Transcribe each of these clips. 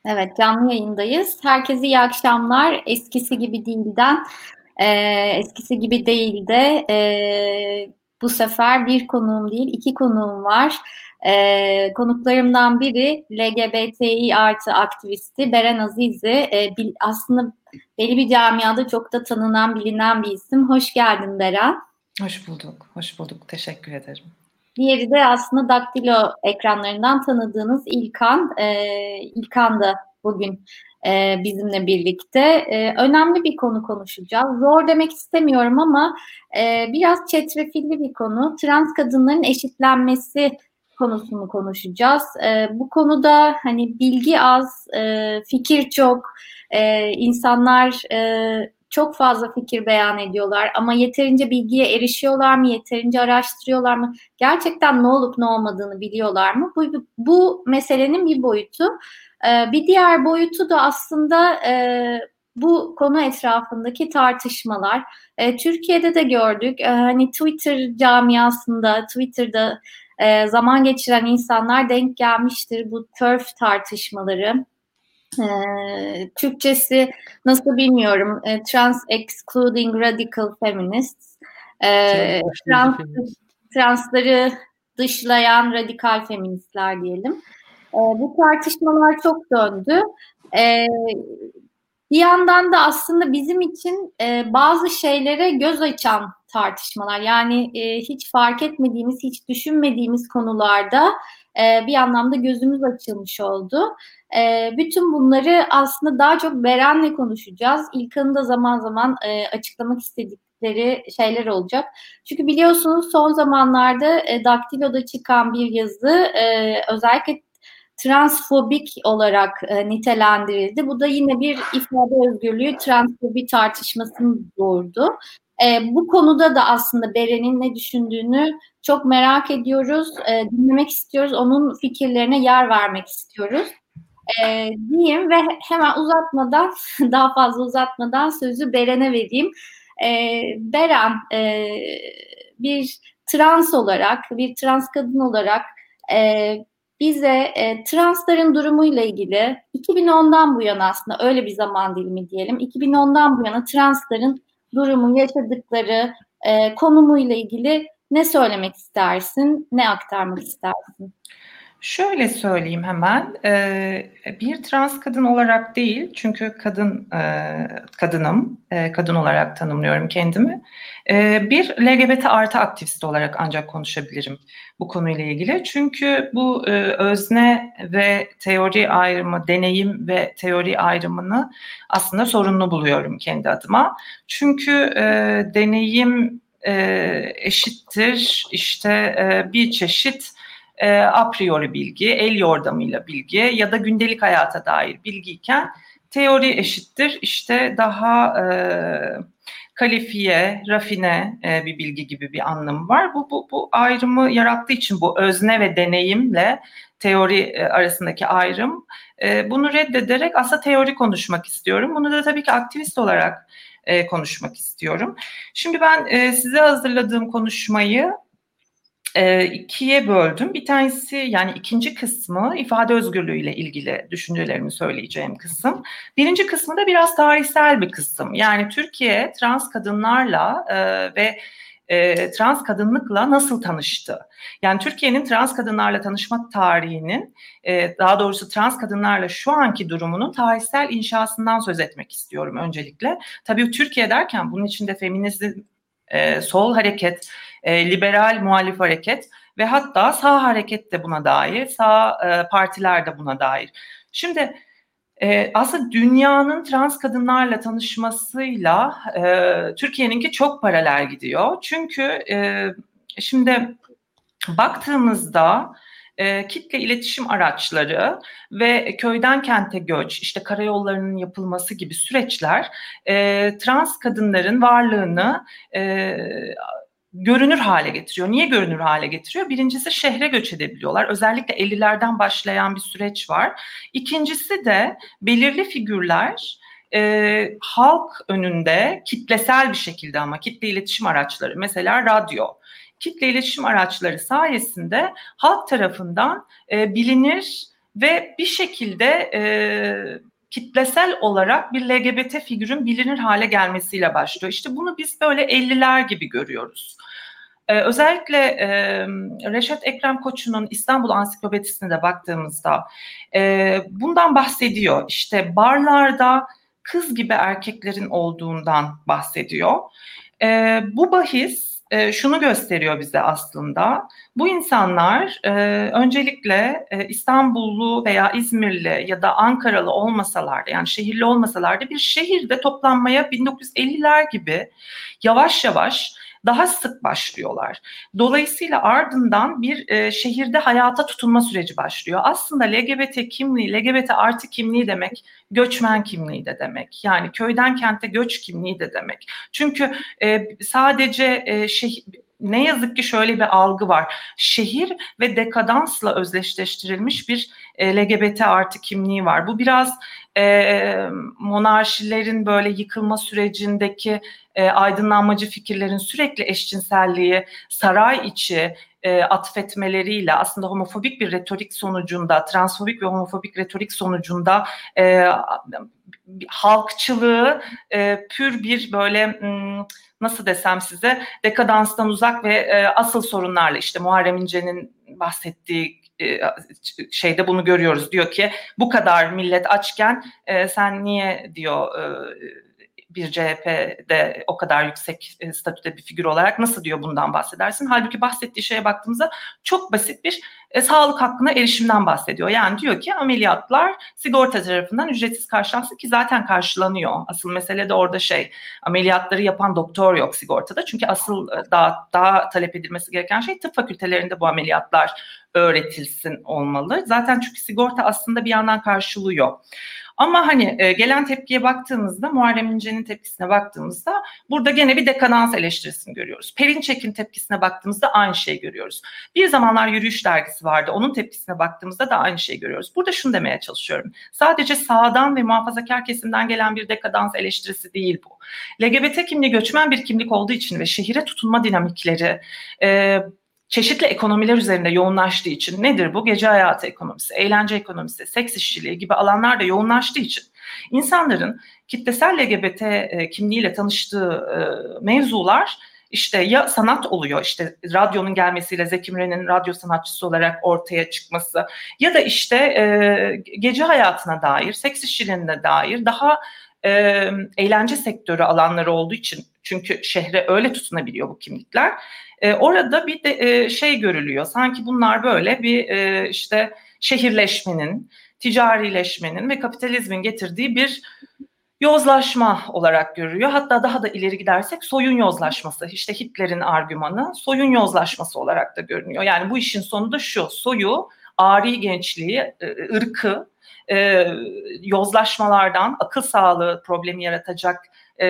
Evet, canlı yayındayız. Herkese iyi akşamlar. Eskisi gibi değilden, eskisi gibi değil de bu sefer bir konuğum değil, iki konuğum var. Konuklarımdan biri LGBTİ artı aktivisti Beren Aziz'i. Aslında belli bir camiada çok da tanınan, bilinen bir isim. Hoş geldin Beren. Hoş bulduk, hoş bulduk. Teşekkür ederim. Diğeri de aslında daktilo ekranlarından tanıdığınız İlkan. İlkan da bugün bizimle birlikte. Önemli bir konu konuşacağız. Zor demek istemiyorum ama biraz çetrefilli bir konu. Trans kadınların eşitlenmesi konusunu konuşacağız. Bu konuda hani bilgi az, fikir çok, insanlar çok fazla fikir beyan ediyorlar ama yeterince bilgiye erişiyorlar mı, yeterince araştırıyorlar mı? Gerçekten ne olup ne olmadığını biliyorlar mı? Bu meselenin bir boyutu. Bir diğer boyutu da aslında bu konu etrafındaki tartışmalar. Türkiye'de de gördük. Hani Twitter camiasında, Twitter'da zaman geçiren insanlar denk gelmiştir bu TERF tartışmaları. Türkçesi nasıl bilmiyorum. Trans Excluding Radical Feminists. Trans E, dışlayıcı trans, feminist. transları dışlayan radikal feministler diyelim. Bu tartışmalar çok döndü. E, Bir yandan da aslında bizim için bazı şeylere göz açan tartışmalar. Yani hiç fark etmediğimiz, hiç düşünmediğimiz konularda bir anlamda gözümüz açılmış oldu. Bütün bunları aslında daha çok Beren'le konuşacağız. İlkan'ın da zaman zaman açıklamak istedikleri şeyler olacak. Çünkü biliyorsunuz son zamanlarda Daktilo'da çıkan bir yazı özellikle transfobik olarak nitelendirildi. Bu da yine bir ifade özgürlüğü, transfobi tartışmasını doğurdu. Bu konuda da aslında Beren'in ne düşündüğünü çok merak ediyoruz, dinlemek istiyoruz, onun fikirlerine yer vermek istiyoruz. Diyeyim ve hemen uzatmadan, daha fazla uzatmadan sözü Beren'e vereyim. Beren, bir trans olarak, bir trans kadın olarak e, bize transların durumuyla ilgili 2010'dan bu yana aslında öyle bir zaman dilimi diyelim. 2010'dan bu yana transların durumu, yaşadıkları konumuyla ilgili ne söylemek istersin, ne aktarmak istersin? Şöyle söyleyeyim hemen, bir trans kadın olarak değil, çünkü kadınım, kadın olarak tanımlıyorum kendimi. Bir LGBT artı aktivist olarak ancak konuşabilirim bu konuyla ilgili. Çünkü bu özne ve teori ayrımı, deneyim ve teori ayrımını aslında sorunlu buluyorum kendi adıma. Çünkü deneyim eşittir işte bir çeşit a priori bilgi, el yordamıyla bilgi ya da gündelik hayata dair bilgiyken teori eşittir işte daha kalifiye, rafine bir bilgi gibi bir anlamı var. Bu ayrımı yarattığı için bu özne ve deneyimle teori arasındaki ayrım, bunu reddederek aslında teori konuşmak istiyorum. Bunu da tabii ki aktivist olarak konuşmak istiyorum. Şimdi ben size hazırladığım konuşmayı ikiye böldüm. Bir tanesi, yani ikinci kısmı ifade özgürlüğüyle ilgili düşüncelerimi söyleyeceğim kısım. Birinci kısmı da biraz tarihsel bir kısım. Yani Türkiye trans kadınlarla ve trans kadınlıkla nasıl tanıştı? Yani Türkiye'nin trans kadınlarla tanışma tarihinin, daha doğrusu trans kadınlarla şu anki durumunun tarihsel inşasından söz etmek istiyorum öncelikle. Tabii Türkiye derken bunun içinde feminizm, sol hareket, liberal muhalif hareket ve hatta sağ hareket de buna dair, sağ partiler de buna dair. Şimdi aslında dünyanın trans kadınlarla tanışmasıyla Türkiye'ninki çok paralel gidiyor. Çünkü şimdi baktığımızda kitle iletişim araçları ve köyden kente göç, işte karayollarının yapılması gibi süreçler trans kadınların varlığını görünür hale getiriyor. Niye görünür hale getiriyor? Birincisi, şehre göç edebiliyorlar. Özellikle 50'lerden başlayan bir süreç var. İkincisi de belirli figürler halk önünde kitlesel bir şekilde, ama kitle iletişim araçları, mesela radyo, kitle iletişim araçları sayesinde halk tarafından bilinir ve bir şekilde kitlesel olarak bir LGBT figürün bilinir hale gelmesiyle başlıyor. İşte bunu biz böyle 50'ler gibi görüyoruz. Özellikle Reşat Ekrem Koçu'nun İstanbul Ansiklopedisine de baktığımızda bundan bahsediyor. İşte barlarda kız gibi erkeklerin olduğundan bahsediyor. Bu bahis şunu gösteriyor bize aslında. Bu insanlar öncelikle İstanbullu veya İzmirli ya da Ankaralı olmasalar da, yani şehirli olmasalar da bir şehirde toplanmaya 1950'ler gibi yavaş yavaş daha sık başlıyorlar. Dolayısıyla ardından bir şehirde hayata tutunma süreci başlıyor. Aslında LGBT kimliği, LGBT artı kimliği demek, göçmen kimliği de demek. Yani köyden kente göç kimliği de demek. Çünkü sadece ne yazık ki şöyle bir algı var. Şehir ve dekadansla özdeşleştirilmiş bir LGBT artı kimliği var. Bu biraz monarşilerin böyle yıkılma sürecindeki aydınlanmacı fikirlerin sürekli eşcinselliği saray içi atfetmeleriyle aslında homofobik bir retorik sonucunda, transfobik ve homofobik retorik sonucunda halkçılığı pür bir böyle nasıl desem size, dekadanstan uzak ve asıl sorunlarla, işte Muharrem İnce'nin bahsettiği şeyde bunu görüyoruz. Diyor ki bu kadar millet açken sen niye diyor bir CHP'de o kadar yüksek statüde bir figür olarak nasıl diyor bundan bahsedersin? Halbuki bahsettiği şeye baktığımızda çok basit bir sağlık hakkına erişimden bahsediyor. Yani diyor ki ameliyatlar sigorta tarafından ücretsiz karşılansın, ki zaten karşılanıyor. Asıl mesele de orada ameliyatları yapan doktor yok sigortada. Çünkü asıl daha talep edilmesi gereken şey tıp fakültelerinde bu ameliyatlar öğretilsin olmalı. Zaten çünkü sigorta aslında bir yandan karşılıyor. Ama gelen tepkiye baktığımızda, Muharrem İnce'nin tepkisine baktığımızda burada gene bir dekadans eleştirisini görüyoruz. Perinçek'in tepkisine baktığımızda aynı şeyi görüyoruz. Bir zamanlar Yürüyüş dergisi vardı. Onun tepkisine baktığımızda da aynı şeyi görüyoruz. Burada şunu demeye çalışıyorum. Sadece sağdan ve muhafazakar kesimden gelen bir dekadans eleştirisi değil bu. LGBT kimliği göçmen bir kimlik olduğu için ve şehire tutunma dinamikleri çeşitli ekonomiler üzerinde yoğunlaştığı için, nedir bu? Gece hayatı ekonomisi, eğlence ekonomisi, seks işçiliği gibi alanlarda yoğunlaştığı için insanların kitlesel LGBT kimliğiyle tanıştığı mevzular işte ya sanat oluyor, işte radyonun gelmesiyle Zeki Müren'in radyo sanatçısı olarak ortaya çıkması, ya da işte gece hayatına dair, seks işçiliğine dair daha eğlence sektörü alanları olduğu için, çünkü şehre öyle tutunabiliyor bu kimlikler. Orada bir de görülüyor. Sanki bunlar böyle bir işte şehirleşmenin, ticarileşmenin ve kapitalizmin getirdiği bir yozlaşma olarak görülüyor. Hatta daha da ileri gidersek soyun yozlaşması, işte Hitler'in argümanı soyun yozlaşması olarak da görünüyor. Yani bu işin sonu da şu: soyu, ari gençliği, ırkı yozlaşmalardan, akıl sağlığı problemi yaratacak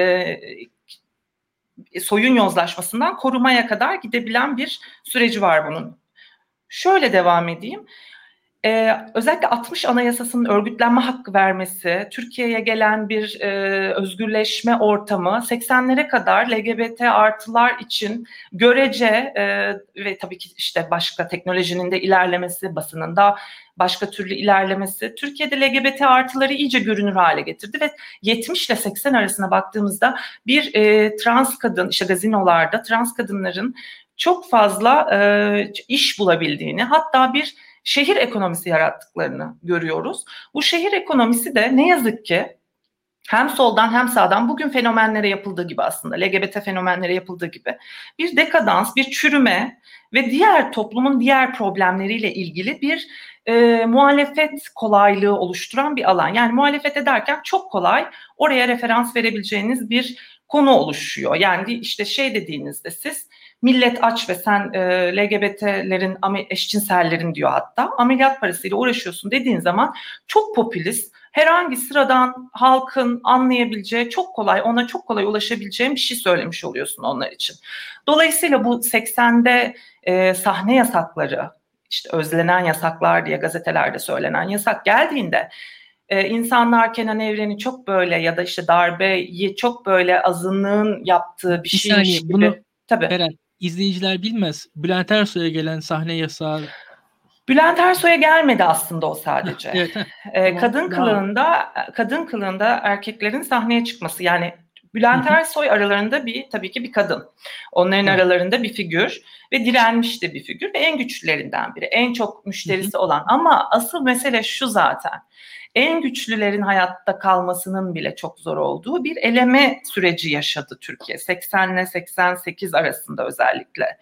soyun yozlaşmasından korumaya kadar gidebilen bir süreci var bunun. Şöyle devam edeyim. Özellikle 60 Anayasası'nın örgütlenme hakkı vermesi, Türkiye'ye gelen bir özgürleşme ortamı 80'lere kadar LGBT artılar için görece ve tabii ki işte başka teknolojinin de ilerlemesi, basının da başka türlü ilerlemesi Türkiye'de LGBT artıları iyice görünür hale getirdi ve 70 ile 80 arasına baktığımızda bir trans kadın, işte gazinolarda trans kadınların çok fazla iş bulabildiğini, hatta bir şehir ekonomisi yarattıklarını görüyoruz. Bu şehir ekonomisi de ne yazık ki hem soldan hem sağdan bugün fenomenlere yapıldığı gibi, aslında LGBT fenomenlere yapıldığı gibi bir dekadans, bir çürüme ve diğer toplumun diğer problemleriyle ilgili bir muhalefet kolaylığı oluşturan bir alan. Yani muhalefet ederken çok kolay oraya referans verebileceğiniz bir konu oluşuyor. Yani işte dediğinizde siz millet aç ve sen LGBT'lerin, eşcinsellerin diyor hatta, ameliyat parasıyla uğraşıyorsun dediğin zaman çok popülist, herhangi sıradan halkın anlayabileceği, ona çok kolay ulaşabileceğin bir şey söylemiş oluyorsun onlar için. Dolayısıyla bu 80'de sahne yasakları, işte özlenen yasaklar diye gazetelerde söylenen yasak geldiğinde insanlar Kenan Evren'i çok böyle, ya da işte darbeyi çok böyle azınlığın yaptığı bir şeymiş gibi. Bunu tabii. Beren, izleyiciler bilmez. Bülent Ersoy'a gelen sahne yasağı Bülent Ersoy'a gelmedi aslında o sadece. Evet. Kadın kılığında erkeklerin sahneye çıkması, yani Bülent Ersoy aralarında tabii ki bir kadın. Onların aralarında bir figür ve direnmiş de bir figür ve en güçlülerinden biri, en çok müşterisi olan. Ama asıl mesele şu zaten. En güçlülerin hayatta kalmasının bile çok zor olduğu bir eleme süreci yaşadı Türkiye. 80 ile 88 arasında özellikle.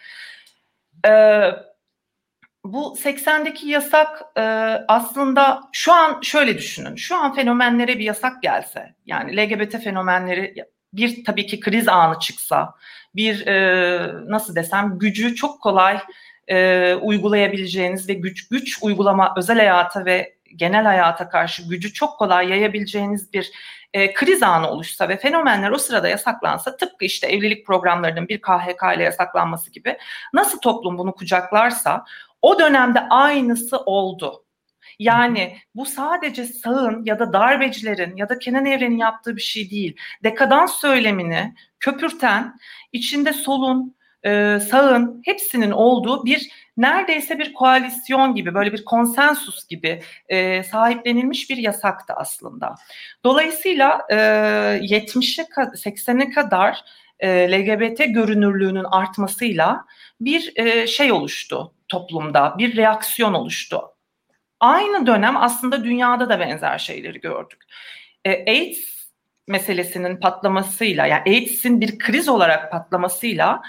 Bu 80'deki yasak aslında şu an şöyle düşünün. Şu an fenomenlere bir yasak gelse, yani LGBT fenomenleri bir tabii ki kriz anı çıksa, bir nasıl desem gücü çok kolay uygulayabileceğiniz ve güç uygulama, özel hayata ve genel hayata karşı gücü çok kolay yayabileceğiniz bir kriz anı oluşsa ve fenomenler o sırada yasaklansa, tıpkı işte evlilik programlarının bir KHK ile yasaklanması gibi, nasıl toplum bunu kucaklarsa o dönemde aynısı oldu. Yani bu sadece sağın ya da darbecilerin ya da Kenan Evren'in yaptığı bir şey değil. Dekadans söylemini köpürten, içinde solun, sağın hepsinin olduğu bir neredeyse bir koalisyon gibi, böyle bir konsensus gibi sahiplenilmiş bir yasaktı aslında. Dolayısıyla 70'e 80'e kadar LGBT görünürlüğünün artmasıyla bir şey oluştu toplumda, bir reaksiyon oluştu. Aynı dönem aslında dünyada da benzer şeyleri gördük. AIDS meselesinin patlamasıyla, yani AIDS'in bir kriz olarak patlamasıyla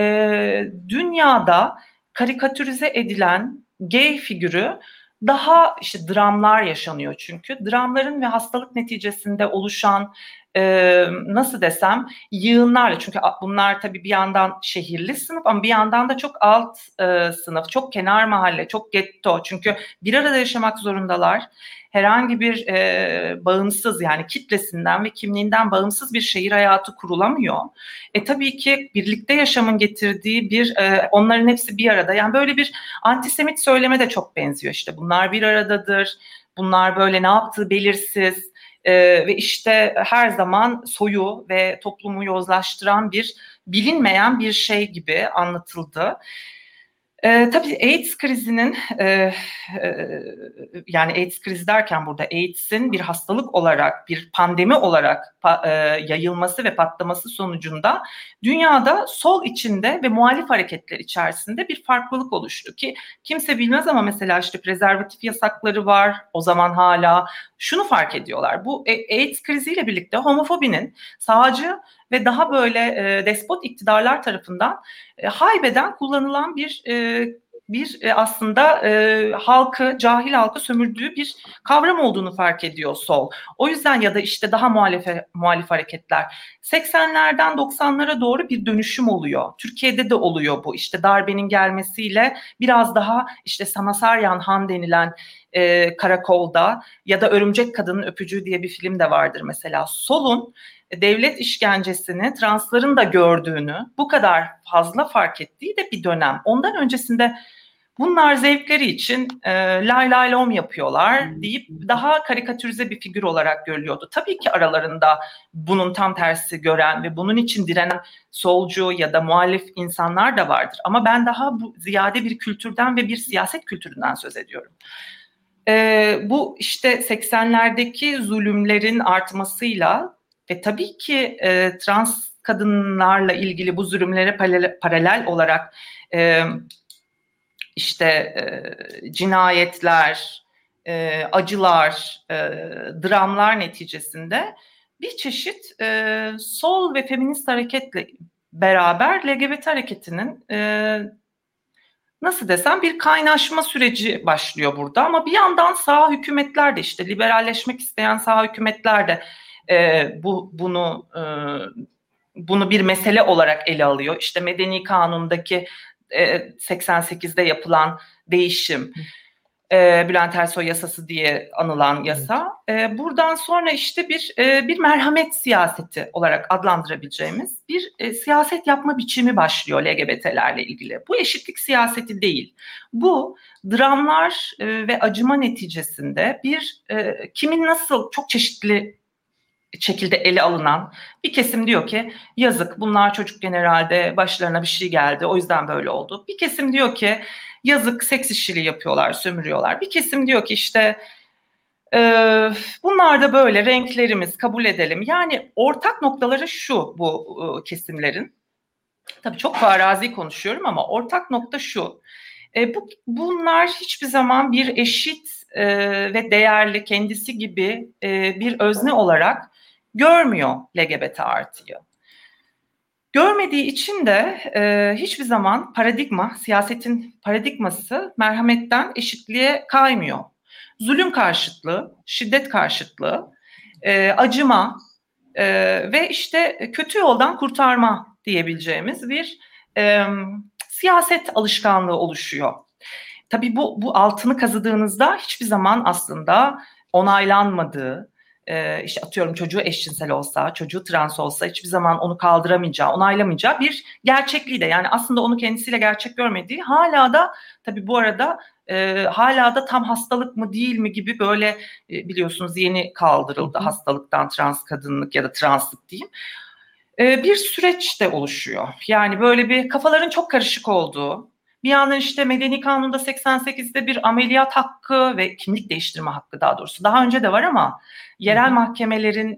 dünyada karikatürize edilen gay figürü daha işte dramlar yaşanıyor çünkü. Dramların ve hastalık neticesinde oluşan nasıl desem yığınlarla, çünkü bunlar tabii bir yandan şehirli sınıf ama bir yandan da çok alt sınıf, çok kenar mahalle, çok getto, çünkü bir arada yaşamak zorundalar. Herhangi bir bağımsız, yani kitlesinden ve kimliğinden bağımsız bir şehir hayatı kurulamıyor. Tabii ki birlikte yaşamın getirdiği bir onların hepsi bir arada, yani böyle bir antisemit söyleme de çok benziyor. İşte bunlar bir aradadır, bunlar böyle ne yaptığı belirsiz. Ve işte her zaman soyu ve toplumu yozlaştıran bir bilinmeyen bir şey gibi anlatıldı. Tabii AIDS krizinin yani AIDS krizi derken burada AIDS'in bir hastalık olarak, bir pandemi olarak yayılması ve patlaması sonucunda dünyada sol içinde ve muhalif hareketler içerisinde bir farklılık oluştu ki kimse bilmez ama mesela işte prezervatif yasakları var o zaman hala. Şunu fark ediyorlar, bu AIDS kriziyle birlikte homofobinin sağcı ve daha böyle despot iktidarlar tarafından haybeden kullanılan bir aslında halkı, cahil halkı sömürdüğü bir kavram olduğunu fark ediyor sol. O yüzden ya da işte daha muhalif hareketler. 80'lerden 90'lara doğru bir dönüşüm oluyor. Türkiye'de de oluyor bu. İşte darbenin gelmesiyle biraz daha işte Samasaryan Han denilen Karakol'da ya da Örümcek Kadının Öpücüğü diye bir film de vardır mesela. Solun devlet işkencesini transların da gördüğünü, bu kadar fazla fark ettiği de bir dönem. Ondan öncesinde bunlar zevkleri için lay lay lom yapıyorlar deyip daha karikatürize bir figür olarak görülüyordu. Tabii ki aralarında bunun tam tersi gören ve bunun için direnen solcu ya da muhalif insanlar da vardır. Ama ben daha ziyade bir kültürden ve bir siyaset kültüründen söz ediyorum. Bu işte 80'lerdeki zulümlerin artmasıyla ve tabii ki trans kadınlarla ilgili bu zulümlere paralel olarak işte cinayetler, acılar, dramlar neticesinde bir çeşit sol ve feminist hareketle beraber LGBT hareketinin nasıl desem bir kaynaşma süreci başlıyor burada. Ama bir yandan sağ hükümetler de, işte liberalleşmek isteyen sağ hükümetler de bunu bir mesele olarak ele alıyor. İşte Medeni Kanun'daki 88'de yapılan değişim, Bülent Ersoy yasası diye anılan yasa, buradan sonra işte bir merhamet siyaseti olarak adlandırabileceğimiz bir siyaset yapma biçimi başlıyor LGBT'lerle ilgili. Bu eşitlik siyaseti değil. Bu dramlar ve acıma neticesinde kimin nasıl çok çeşitli şekilde ele alınan bir kesim diyor ki yazık, bunlar çocukken herhalde başlarına bir şey geldi, o yüzden böyle oldu. Bir kesim diyor ki yazık, seks işçiliği yapıyorlar, sömürüyorlar. Bir kesim diyor ki işte bunlar da böyle, renklerimiz, kabul edelim. Yani ortak noktaları şu bu kesimlerin. Tabii çok farazi konuşuyorum ama ortak nokta şu. Bunlar hiçbir zaman bir eşit ve değerli, kendisi gibi bir özne olarak görmüyor LGBT artıyı. Görmediği için de hiçbir zaman siyasetin paradigması merhametten eşitliğe kaymıyor. Zulüm karşıtlığı, şiddet karşıtlığı, acıma ve işte kötü yoldan kurtarma diyebileceğimiz bir siyaset alışkanlığı oluşuyor. Tabii bu altını kazıdığınızda hiçbir zaman aslında onaylanmadığı, işte atıyorum çocuğu eşcinsel olsa, çocuğu trans olsa hiçbir zaman onu kaldıramayacağı, onaylamayacağı bir gerçekliği de, yani aslında onu kendisiyle gerçek görmediği, hala da tabii bu arada hala da tam hastalık mı değil mi gibi böyle biliyorsunuz yeni kaldırıldı hastalıktan trans kadınlık ya da translık diyeyim. Bir süreç de oluşuyor. Yani böyle bir kafaların çok karışık olduğu, bir yandan işte Medeni Kanun'da 88'de bir ameliyat hakkı ve kimlik değiştirme hakkı, daha doğrusu daha önce de var ama yerel mahkemelerin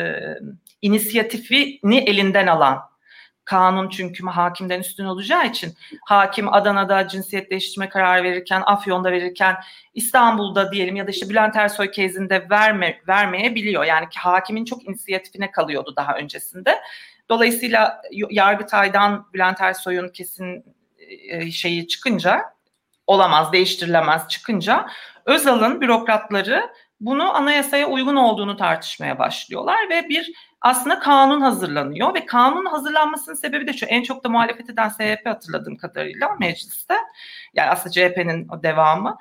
inisiyatifini elinden alan kanun, çünkü hakimden üstün olacağı için hakim Adana'da cinsiyet değiştirme kararı verirken, Afyon'da verirken, İstanbul'da diyelim ya da işte Bülent Ersoy kezinde vermeyebiliyor. Yani ki hakimin çok inisiyatifine kalıyordu daha öncesinde. Dolayısıyla Yargıtay'dan Bülent Ersoy'un kesin şeyi çıkınca, olamaz, değiştirilemez çıkınca, Özal'ın bürokratları bunu anayasaya uygun olduğunu tartışmaya başlıyorlar ve bir aslında kanun hazırlanıyor ve kanun hazırlanmasının sebebi de şu: en çok da muhalefet eden CHP, hatırladığım kadarıyla mecliste, yani aslında CHP'nin o devamı,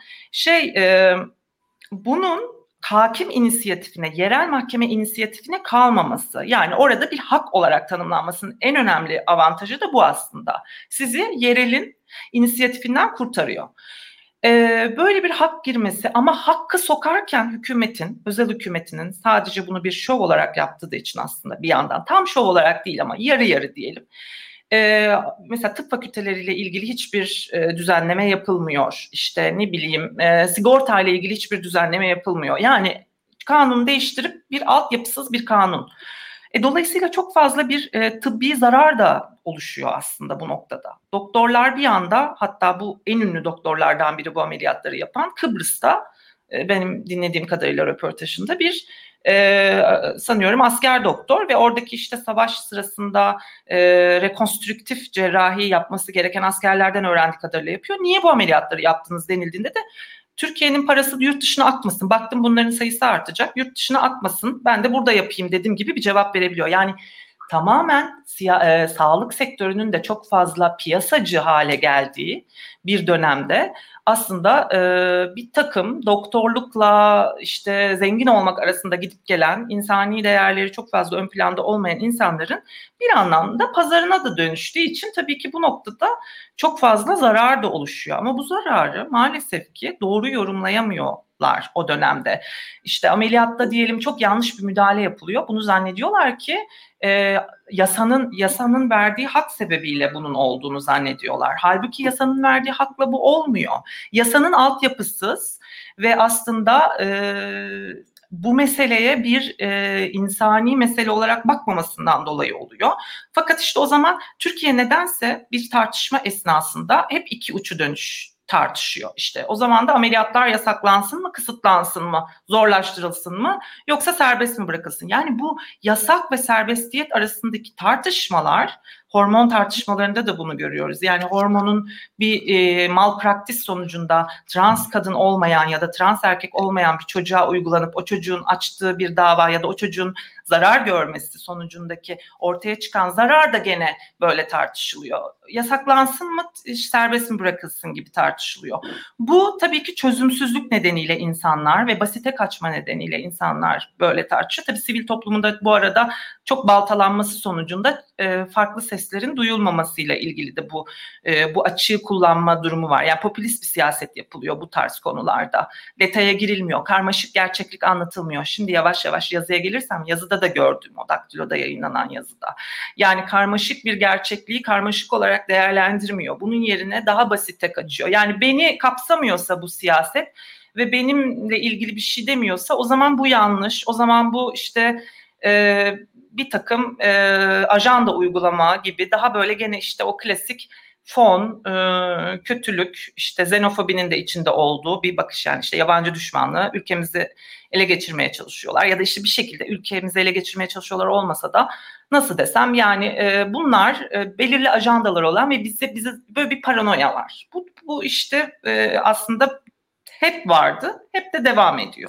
bunun hakim inisiyatifine, yerel mahkeme inisiyatifine kalmaması, yani orada bir hak olarak tanımlanmasının en önemli avantajı da bu aslında. Sizi yerelin inisiyatifinden kurtarıyor. Böyle bir hak girmesi, ama hakkı sokarken hükümetin, özel hükümetinin sadece bunu bir şov olarak yaptığı için, aslında bir yandan tam şov olarak değil ama yarı yarı diyelim. Mesela tıp fakülteleriyle ilgili hiçbir düzenleme yapılmıyor. İşte ne bileyim, sigortayla ilgili hiçbir düzenleme yapılmıyor. Yani kanunu değiştirip bir altyapısız bir kanun. Dolayısıyla çok fazla bir tıbbi zarar da oluşuyor aslında bu noktada. Doktorlar bir anda, hatta bu en ünlü doktorlardan biri bu ameliyatları yapan, Kıbrıs'ta benim dinlediğim kadarıyla röportajında bir sanıyorum asker doktor ve oradaki işte savaş sırasında rekonstrüktif cerrahi yapması gereken askerlerden öğrendiği kadarıyla yapıyor. Niye bu ameliyatları yaptınız denildiğinde de Türkiye'nin parası yurt dışına akmasın, baktım bunların sayısı artacak, yurt dışına akmasın, ben de burada yapayım dediğim gibi bir cevap verebiliyor. Yani tamamen sağlık sektörünün de çok fazla piyasacı hale geldiği bir dönemde aslında bir takım doktorlukla işte zengin olmak arasında gidip gelen, insani değerleri çok fazla ön planda olmayan insanların bir anlamda pazarına da dönüştüğü için tabii ki bu noktada çok fazla zarar da oluşuyor. Ama bu zararı maalesef ki doğru yorumlayamıyorlar o dönemde. İşte ameliyatta diyelim çok yanlış bir müdahale yapılıyor. Bunu zannediyorlar ki yasanın verdiği hak sebebiyle bunun olduğunu zannediyorlar. Halbuki yasanın verdiği hakla bu olmuyor. Yasanın altyapısız ve aslında bu meseleye bir insani mesele olarak bakmamasından dolayı oluyor. Fakat işte o zaman Türkiye nedense bir tartışma esnasında hep iki uçu dönüş tartışıyor. İşte o zaman da ameliyatlar yasaklansın mı, kısıtlansın mı, zorlaştırılsın mı, yoksa serbest mi bırakılsın? Yani bu yasak ve serbestiyet arasındaki tartışmalar, hormon tartışmalarında da bunu görüyoruz. Yani hormonun bir malpraktis sonucunda trans kadın olmayan ya da trans erkek olmayan bir çocuğa uygulanıp o çocuğun açtığı bir dava ya da o çocuğun zarar görmesi sonucundaki ortaya çıkan zarar da gene böyle tartışılıyor. Yasaklansın mı, serbest mi bırakılsın gibi tartışılıyor. Bu tabii ki çözümsüzlük nedeniyle insanlar ve basite kaçma nedeniyle insanlar böyle tartışıyor. Tabii sivil toplumunda bu arada çok baltalanması sonucunda farklı seslerin duyulmamasıyla ilgili de bu açığı kullanma durumu var. Yani popülist bir siyaset yapılıyor bu tarz konularda. Detaya girilmiyor, karmaşık gerçeklik anlatılmıyor. Şimdi yavaş yavaş yazıya gelirsem, yazıda da gördüm, o Daktilo'da yayınlanan yazıda. Yani karmaşık bir gerçekliği karmaşık olarak değerlendirmiyor. Bunun yerine daha basite kaçıyor. Yani beni kapsamıyorsa bu siyaset ve benimle ilgili bir şey demiyorsa, o zaman bu yanlış. O zaman bu işte bir takım ajanda uygulama gibi daha böyle gene işte o klasik fon, kötülük, işte xenofobinin de içinde olduğu bir bakış, yani işte yabancı düşmanlığı, ülkemizi ele geçirmeye çalışıyorlar ya da işte bir şekilde ülkemizi ele geçirmeye çalışıyorlar olmasa da, nasıl desem yani bunlar belirli ajandalar olan ve bize böyle bir paranoya var. Bu işte aslında hep vardı, hep de devam ediyor.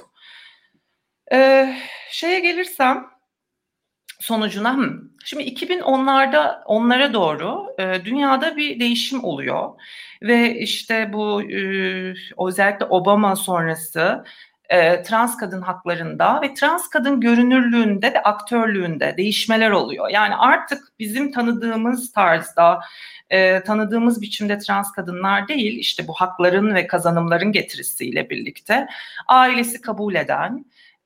Şeye gelirsem, sonucuna, şimdi 2010'larda onlara doğru dünyada bir değişim oluyor ve işte bu özellikle Obama sonrası trans kadın haklarında ve trans kadın görünürlüğünde ve aktörlüğünde değişmeler oluyor. Yani artık bizim tanıdığımız tarzda, tanıdığımız biçimde trans kadınlar değil, işte bu hakların ve kazanımların getirisiyle birlikte ailesi kabul eden,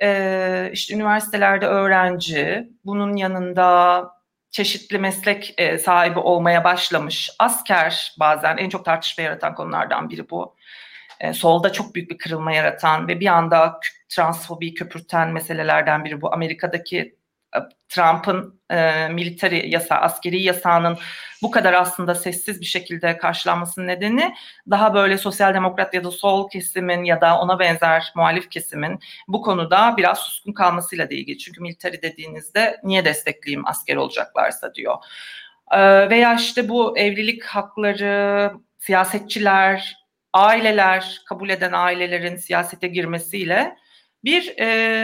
işte üniversitelerde öğrenci, bunun yanında çeşitli meslek sahibi olmaya başlamış, asker, bazen en çok tartışma yaratan konulardan biri bu. Solda çok büyük bir kırılma yaratan ve bir anda transfobiyi köpürten meselelerden biri bu. Amerika'daki Trump'ın military yasa, askeri yasağının bu kadar aslında sessiz bir şekilde karşılanmasının nedeni, daha böyle sosyal demokrat ya da sol kesimin ya da ona benzer muhalif kesimin bu konuda biraz suskun kalmasıyla da ilgili. Çünkü military dediğinizde niye destekleyeyim asker olacaklarsa diyor. Veya işte bu evlilik hakları, siyasetçiler, aileler, kabul eden ailelerin siyasete girmesiyle bir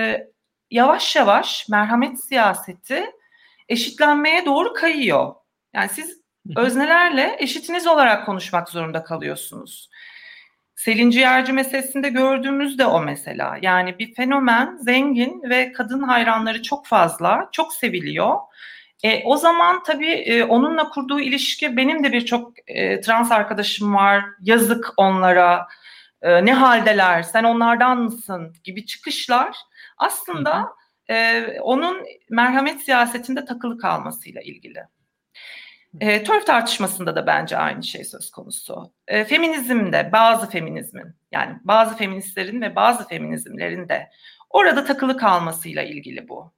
yavaş yavaş merhamet siyaseti eşitlenmeye doğru kayıyor. Yani siz öznelerle eşitiniz olarak konuşmak zorunda kalıyorsunuz. Selin Ciğerci meselesinde gördüğümüz de o mesela. Yani bir fenomen, zengin ve kadın hayranları çok fazla, çok seviliyor. O zaman tabii onunla kurduğu ilişki, benim de birçok trans arkadaşım var, yazık onlara, ne haldeler, sen onlardan mısın gibi çıkışlar aslında onun merhamet siyasetinde takılı kalmasıyla ilgili. TERF tartışmasında da bence aynı şey söz konusu. Feminizmde, bazı feminizmin, yani bazı feministlerin ve bazı feminizmlerin de orada takılı kalmasıyla ilgili bu.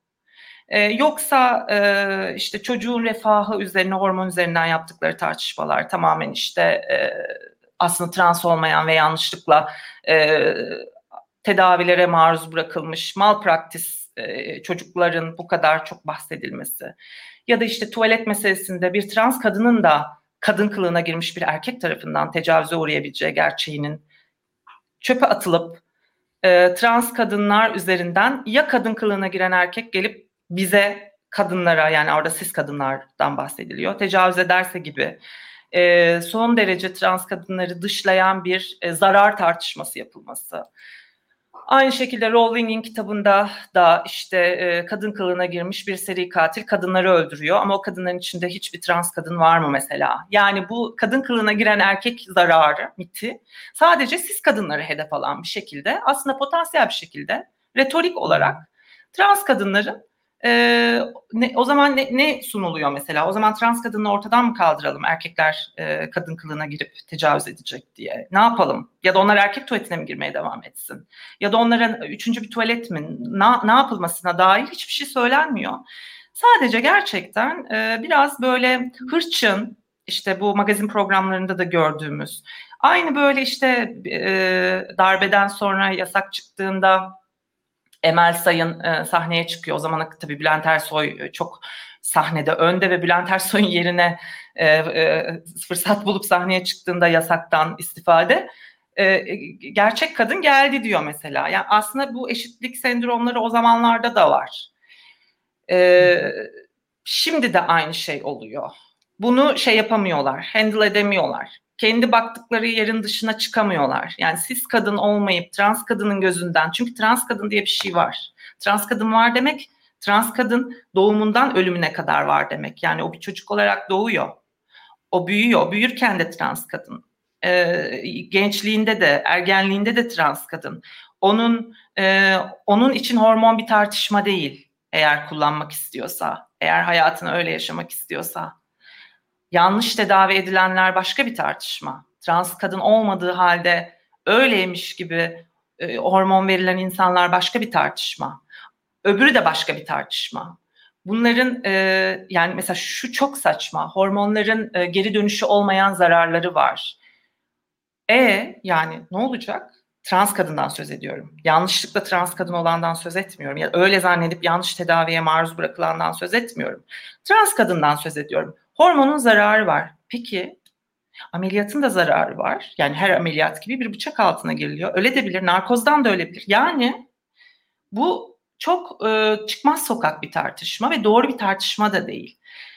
Yoksa işte çocuğun refahı üzerine, hormon üzerinden yaptıkları tartışmalar tamamen işte aslında trans olmayan ve yanlışlıkla tedavilere maruz bırakılmış malpraktis çocukların bu kadar çok bahsedilmesi. Ya da işte tuvalet meselesinde bir trans kadının da kadın kılığına girmiş bir erkek tarafından tecavüze uğrayabileceği gerçeğinin çöpe atılıp trans kadınlar üzerinden ya kadın kılığına giren erkek gelip bize, kadınlara, yani orada cis kadınlardan bahsediliyor, tecavüz ederse gibi son derece trans kadınları dışlayan bir zarar tartışması yapılması. Aynı şekilde Rowling'in kitabında da işte kadın kılığına girmiş bir seri katil kadınları öldürüyor ama o kadınların içinde hiçbir trans kadın var mı mesela? Yani bu kadın kılığına giren erkek zararı miti sadece cis kadınları hedef alan bir şekilde, aslında potansiyel bir şekilde retorik olarak trans kadınların o zaman ne sunuluyor mesela? O zaman trans kadını ortadan mı kaldıralım, erkekler kadın kılığına girip tecavüz edecek diye? Ne yapalım? Ya da onlar erkek tuvaletine mi girmeye devam etsin? Ya da onlara üçüncü bir tuvalet mi? Ne yapılmasına dair hiçbir şey söylenmiyor. Sadece gerçekten biraz böyle hırçın, işte bu magazin programlarında da gördüğümüz, aynı böyle işte darbeden sonra yasak çıktığında Emel Sayın sahneye çıkıyor. O zaman tabii Bülent Ersoy çok sahnede önde ve Bülent Ersoy'un yerine fırsat bulup sahneye çıktığında yasaktan istifade, gerçek kadın geldi diyor mesela. Yani aslında bu eşitlik sendromları o zamanlarda da var. Şimdi de aynı şey oluyor. Bunu yapamıyorlar, handle edemiyorlar. Kendi baktıkları yerin dışına çıkamıyorlar. Yani cis kadın olmayıp trans kadının gözünden, çünkü trans kadın diye bir şey var. Trans kadın var demek, Trans kadın doğumundan ölümüne kadar var demek. Yani o bir çocuk olarak doğuyor. O büyüyor. Büyürken de trans kadın. Gençliğinde de, ergenliğinde de trans kadın. Onun için hormon bir tartışma değil. Eğer kullanmak istiyorsa, eğer hayatını öyle yaşamak istiyorsa. Yanlış tedavi edilenler başka bir tartışma. Trans kadın olmadığı halde öyleymiş gibi hormon verilen insanlar başka bir tartışma. Öbürü de başka bir tartışma. Bunların yani mesela şu çok saçma. Hormonların geri dönüşü olmayan zararları var. Yani ne olacak? Trans kadından söz ediyorum. Yanlışlıkla trans kadın olandan söz etmiyorum. Ya öyle zannedip yanlış tedaviye maruz bırakılandan söz etmiyorum. Trans kadından söz ediyorum. Hormonun zararı var. Peki ameliyatın da zararı var. Yani her ameliyat gibi bir bıçak altına giriliyor. Öyle de bilir. Narkozdan da ölebilir. Yani bu çok çıkmaz sokak bir tartışma ve doğru bir tartışma da değil.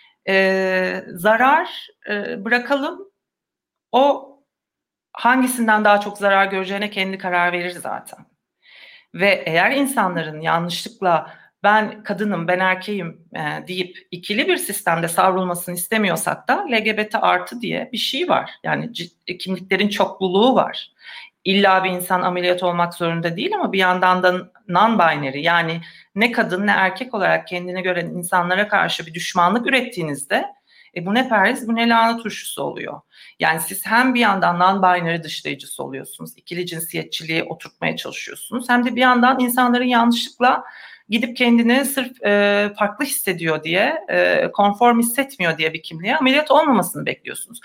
Zarar bırakalım. O hangisinden daha çok zarar göreceğine kendi karar verir zaten. Ve eğer insanların yanlışlıkla ben kadınım, ben erkeğim deyip ikili bir sistemde savrulmasını istemiyorsak da LGBT artı diye bir şey var. Yani kimliklerin çokluluğu var. İlla bir insan ameliyat olmak zorunda değil ama bir yandan da non-binary yani ne kadın ne erkek olarak kendine gören insanlara karşı bir düşmanlık ürettiğinizde bu ne perhiz bu ne lahana turşusu oluyor. Yani siz hem bir yandan non-binary dışlayıcısı oluyorsunuz, ikili cinsiyetçiliği oturtmaya çalışıyorsunuz hem de bir yandan insanların yanlışlıkla gidip kendini sırf farklı hissediyor diye, konform hissetmiyor diye bir kimliğe ameliyat olmamasını bekliyorsunuz.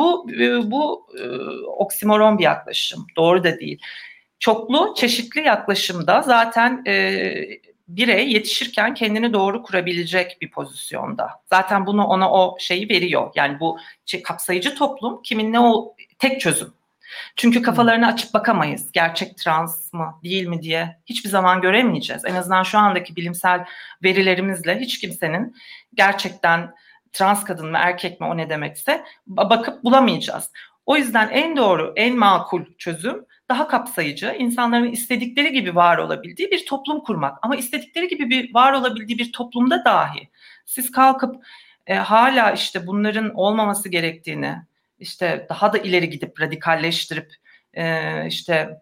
Bu oksimoron bir yaklaşım. Doğru da değil. Çoklu, çeşitli yaklaşımda zaten birey yetişirken kendini doğru kurabilecek bir pozisyonda. Zaten bunu ona o şeyi veriyor. Yani bu kapsayıcı toplum kiminle o tek çözüm. Çünkü kafalarını açıp bakamayız. Gerçek trans mı değil mi diye hiçbir zaman göremeyeceğiz. En azından şu andaki bilimsel verilerimizle hiç kimsenin gerçekten trans kadın mı erkek mi o ne demekse bakıp bulamayacağız. O yüzden en doğru, en makul çözüm daha kapsayıcı, insanların istedikleri gibi var olabildiği bir toplum kurmak. Ama istedikleri gibi bir var olabildiği bir toplumda dahi siz kalkıp hala işte bunların olmaması gerektiğini, işte daha da ileri gidip radikalleştirip işte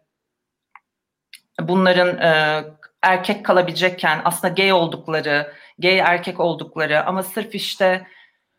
bunların erkek kalabilecekken aslında gay erkek oldukları ama sırf işte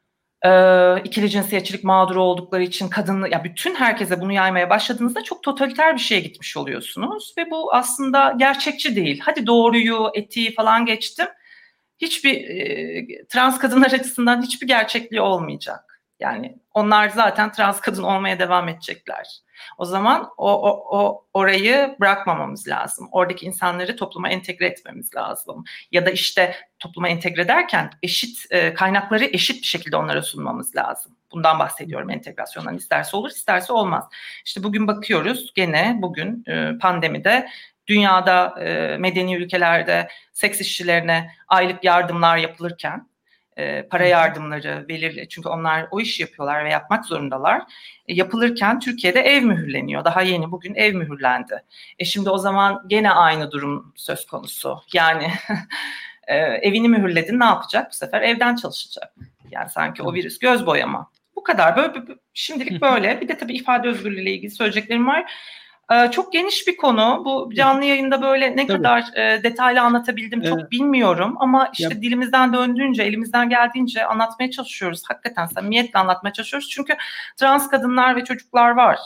ikili cinsiyetçilik mağduru oldukları için kadın ya bütün herkese bunu yaymaya başladığınızda çok totaliter bir şeye gitmiş oluyorsunuz ve bu aslında gerçekçi değil. Hadi doğruyu, etiği falan geçtim. Hiçbir trans kadınlar açısından hiçbir gerçekliği olmayacak. Yani onlar zaten trans kadın olmaya devam edecekler. O zaman orayı bırakmamamız lazım. Oradaki insanları topluma entegre etmemiz lazım. Ya da işte topluma entegre derken kaynakları eşit bir şekilde onlara sunmamız lazım. Bundan bahsediyorum entegrasyondan. İsterse olur, isterse olmaz. İşte bugün bakıyoruz gene bugün pandemide dünyada medeni ülkelerde seks işçilerine aylık yardımlar yapılırken para yardımları belirli çünkü onlar o işi yapıyorlar ve yapmak zorundalar. Yapılırken Türkiye'de ev mühürleniyor. Daha yeni bugün ev mühürlendi. Şimdi o zaman gene aynı durum söz konusu. Yani evini mühürledin ne yapacak? Bu sefer evden çalışacak. Yani sanki o virüs göz boyama. Bu kadar. Böyle şimdilik böyle. Bir de tabii ifade özgürlüğü ile ilgili söyleyeceklerim var. Çok geniş bir konu. Bu canlı yayında böyle ne kadar detaylı anlatabildim çok bilmiyorum. Ama işte dilimizden döndüğünce, elimizden geldiğince anlatmaya çalışıyoruz. Hakikaten samimiyetle anlatmaya çalışıyoruz. Çünkü trans kadınlar ve çocuklar var.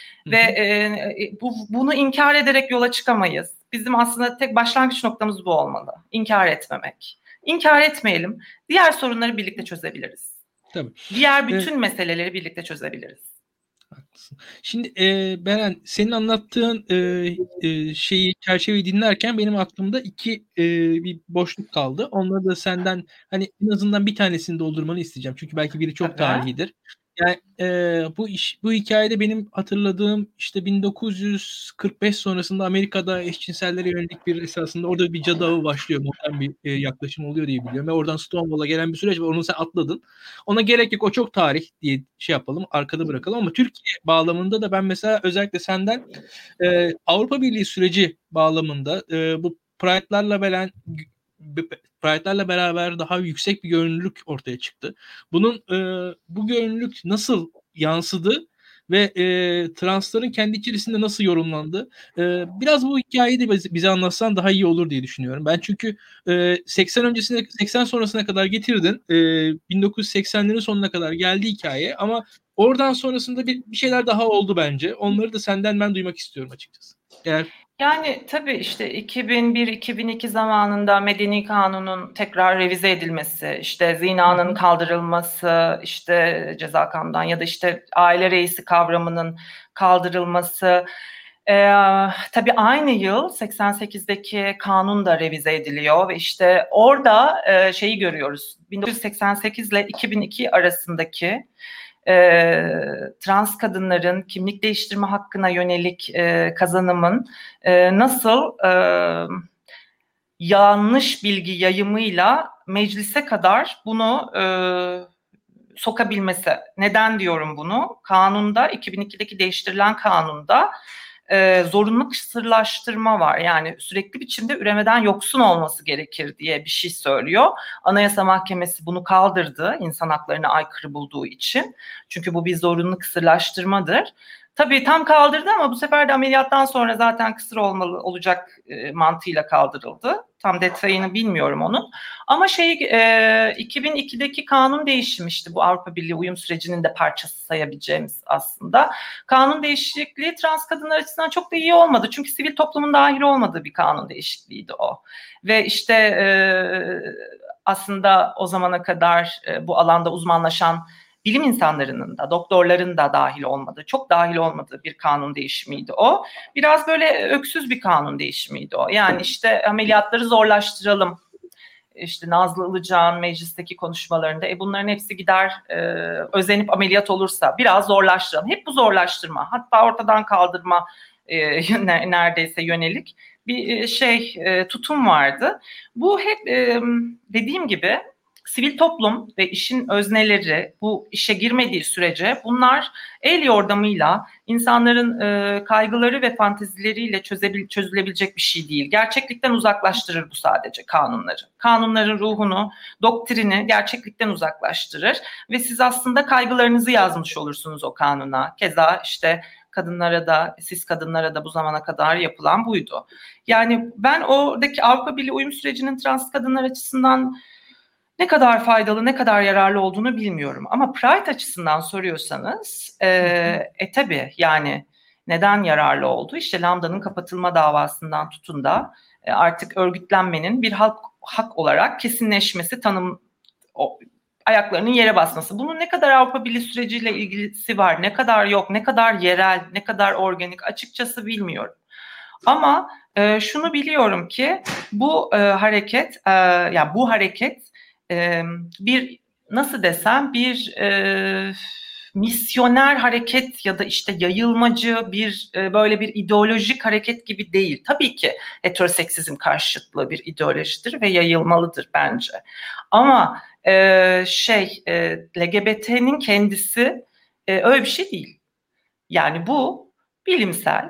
Ve bunu inkar ederek yola çıkamayız. Bizim aslında tek başlangıç noktamız bu olmalı. İnkar etmemek. İnkar etmeyelim. Diğer sorunları birlikte çözebiliriz. Tabii. Diğer bütün meseleleri birlikte çözebiliriz. Haklısın. Şimdi Beren senin anlattığın çerçeveyi dinlerken benim aklımda bir boşluk kaldı. Onları da senden hani en azından bir tanesini doldurmanı isteyeceğim. Çünkü belki biri çok tarihidir. Yani bu hikayede benim hatırladığım işte 1945 sonrasında Amerika'da eşcinsellere yönelik bir esasında orada bir cadı avı başlıyor. Modern bir yaklaşım oluyor diye biliyorum. Ve oradan Stonewall'a gelen bir süreç var. Onu sen atladın. Ona gerek yok. O çok tarih diye yapalım. Arkada bırakalım. Ama Türkiye bağlamında da ben mesela özellikle senden Avrupa Birliği süreci bağlamında bu Pride'larla Pride'larla beraber daha yüksek bir görünürlük ortaya çıktı. Bunun bu görünürlük nasıl yansıdı ve transların kendi içerisinde nasıl yorumlandı? Biraz bu hikayeyi de bize anlatsan daha iyi olur diye düşünüyorum. Ben çünkü 80 öncesine 80 sonrasına kadar getirdin. 1980'lerin sonuna kadar geldi hikaye ama oradan sonrasında bir şeyler daha oldu bence. Onları da senden ben duymak istiyorum açıkçası. Yani tabii işte 2001-2002 zamanında Medeni Kanun'un tekrar revize edilmesi, işte zinanın kaldırılması, işte ceza kanundan ya da işte aile reisi kavramının kaldırılması. Tabii aynı yıl 88'deki kanun da revize ediliyor ve işte orada şeyi görüyoruz. 1988 ile 2002 arasındaki trans kadınların kimlik değiştirme hakkına yönelik kazanımın nasıl yanlış bilgi yayımıyla meclise kadar bunu sokabilmesi. Neden diyorum bunu? Kanunda, 2002'deki değiştirilen kanunda zorunlu kısırlaştırma var. Yani sürekli biçimde üremeden yoksun olması gerekir diye bir şey söylüyor. Anayasa Mahkemesi bunu kaldırdı insan haklarına aykırı bulduğu için. Çünkü bu bir zorunlu kısırlaştırmadır. Tabii tam kaldırdı ama bu sefer de ameliyattan sonra zaten kısır olacak mantığıyla kaldırıldı. Tam detayını bilmiyorum onun. Ama 2002'deki kanun değişmişti. Bu Avrupa Birliği uyum sürecinin de parçası sayabileceğimiz aslında. Kanun değişikliği trans kadınlar açısından çok da iyi olmadı. Çünkü sivil toplumun dahil olmadığı bir kanun değişikliğiydi o. Ve işte aslında o zamana kadar bu alanda uzmanlaşan bilim insanlarının da, doktorların da dahil olmadığı, çok dahil olmadığı bir kanun değişimiydi o. Biraz böyle öksüz bir kanun değişimiydi o. Yani işte ameliyatları zorlaştıralım. İşte Nazlı Ilıcak'ın meclisteki konuşmalarında bunların hepsi gider özenip ameliyat olursa biraz zorlaştıralım. Hep bu zorlaştırma, hatta ortadan kaldırma neredeyse yönelik bir tutum vardı. Bu hep dediğim gibi sivil toplum ve işin özneleri bu işe girmediği sürece bunlar el yordamıyla insanların kaygıları ve fantezileriyle çözülebilecek bir şey değil. Gerçeklikten uzaklaştırır bu sadece kanunları. Kanunların ruhunu, doktrini gerçeklikten uzaklaştırır ve siz aslında kaygılarınızı yazmış olursunuz o kanuna. Keza işte kadınlara da, cis kadınlara da bu zamana kadar yapılan buydu. Yani ben oradaki Avrupa Birliği uyum sürecinin trans kadınlar açısından ne kadar faydalı, ne kadar yararlı olduğunu bilmiyorum. Ama Pride açısından soruyorsanız, tabii yani neden yararlı oldu? İşte Lambda'nın kapatılma davasından tutun da artık örgütlenmenin bir hak olarak kesinleşmesi, ayaklarının yere basması. Bunun ne kadar Avrupa Birliği süreciyle ilgisi var, ne kadar yok, ne kadar yerel, ne kadar organik açıkçası bilmiyorum. Ama şunu biliyorum ki bu hareket, yani bu hareket bir nasıl desem bir misyoner hareket ya da işte yayılmacı bir böyle bir ideolojik hareket gibi değil. Tabii ki heteroseksizm karşıtlığı bir ideolojidir ve yayılmalıdır bence. Ama LGBT'nin kendisi öyle bir şey değil. Yani bu bilimsel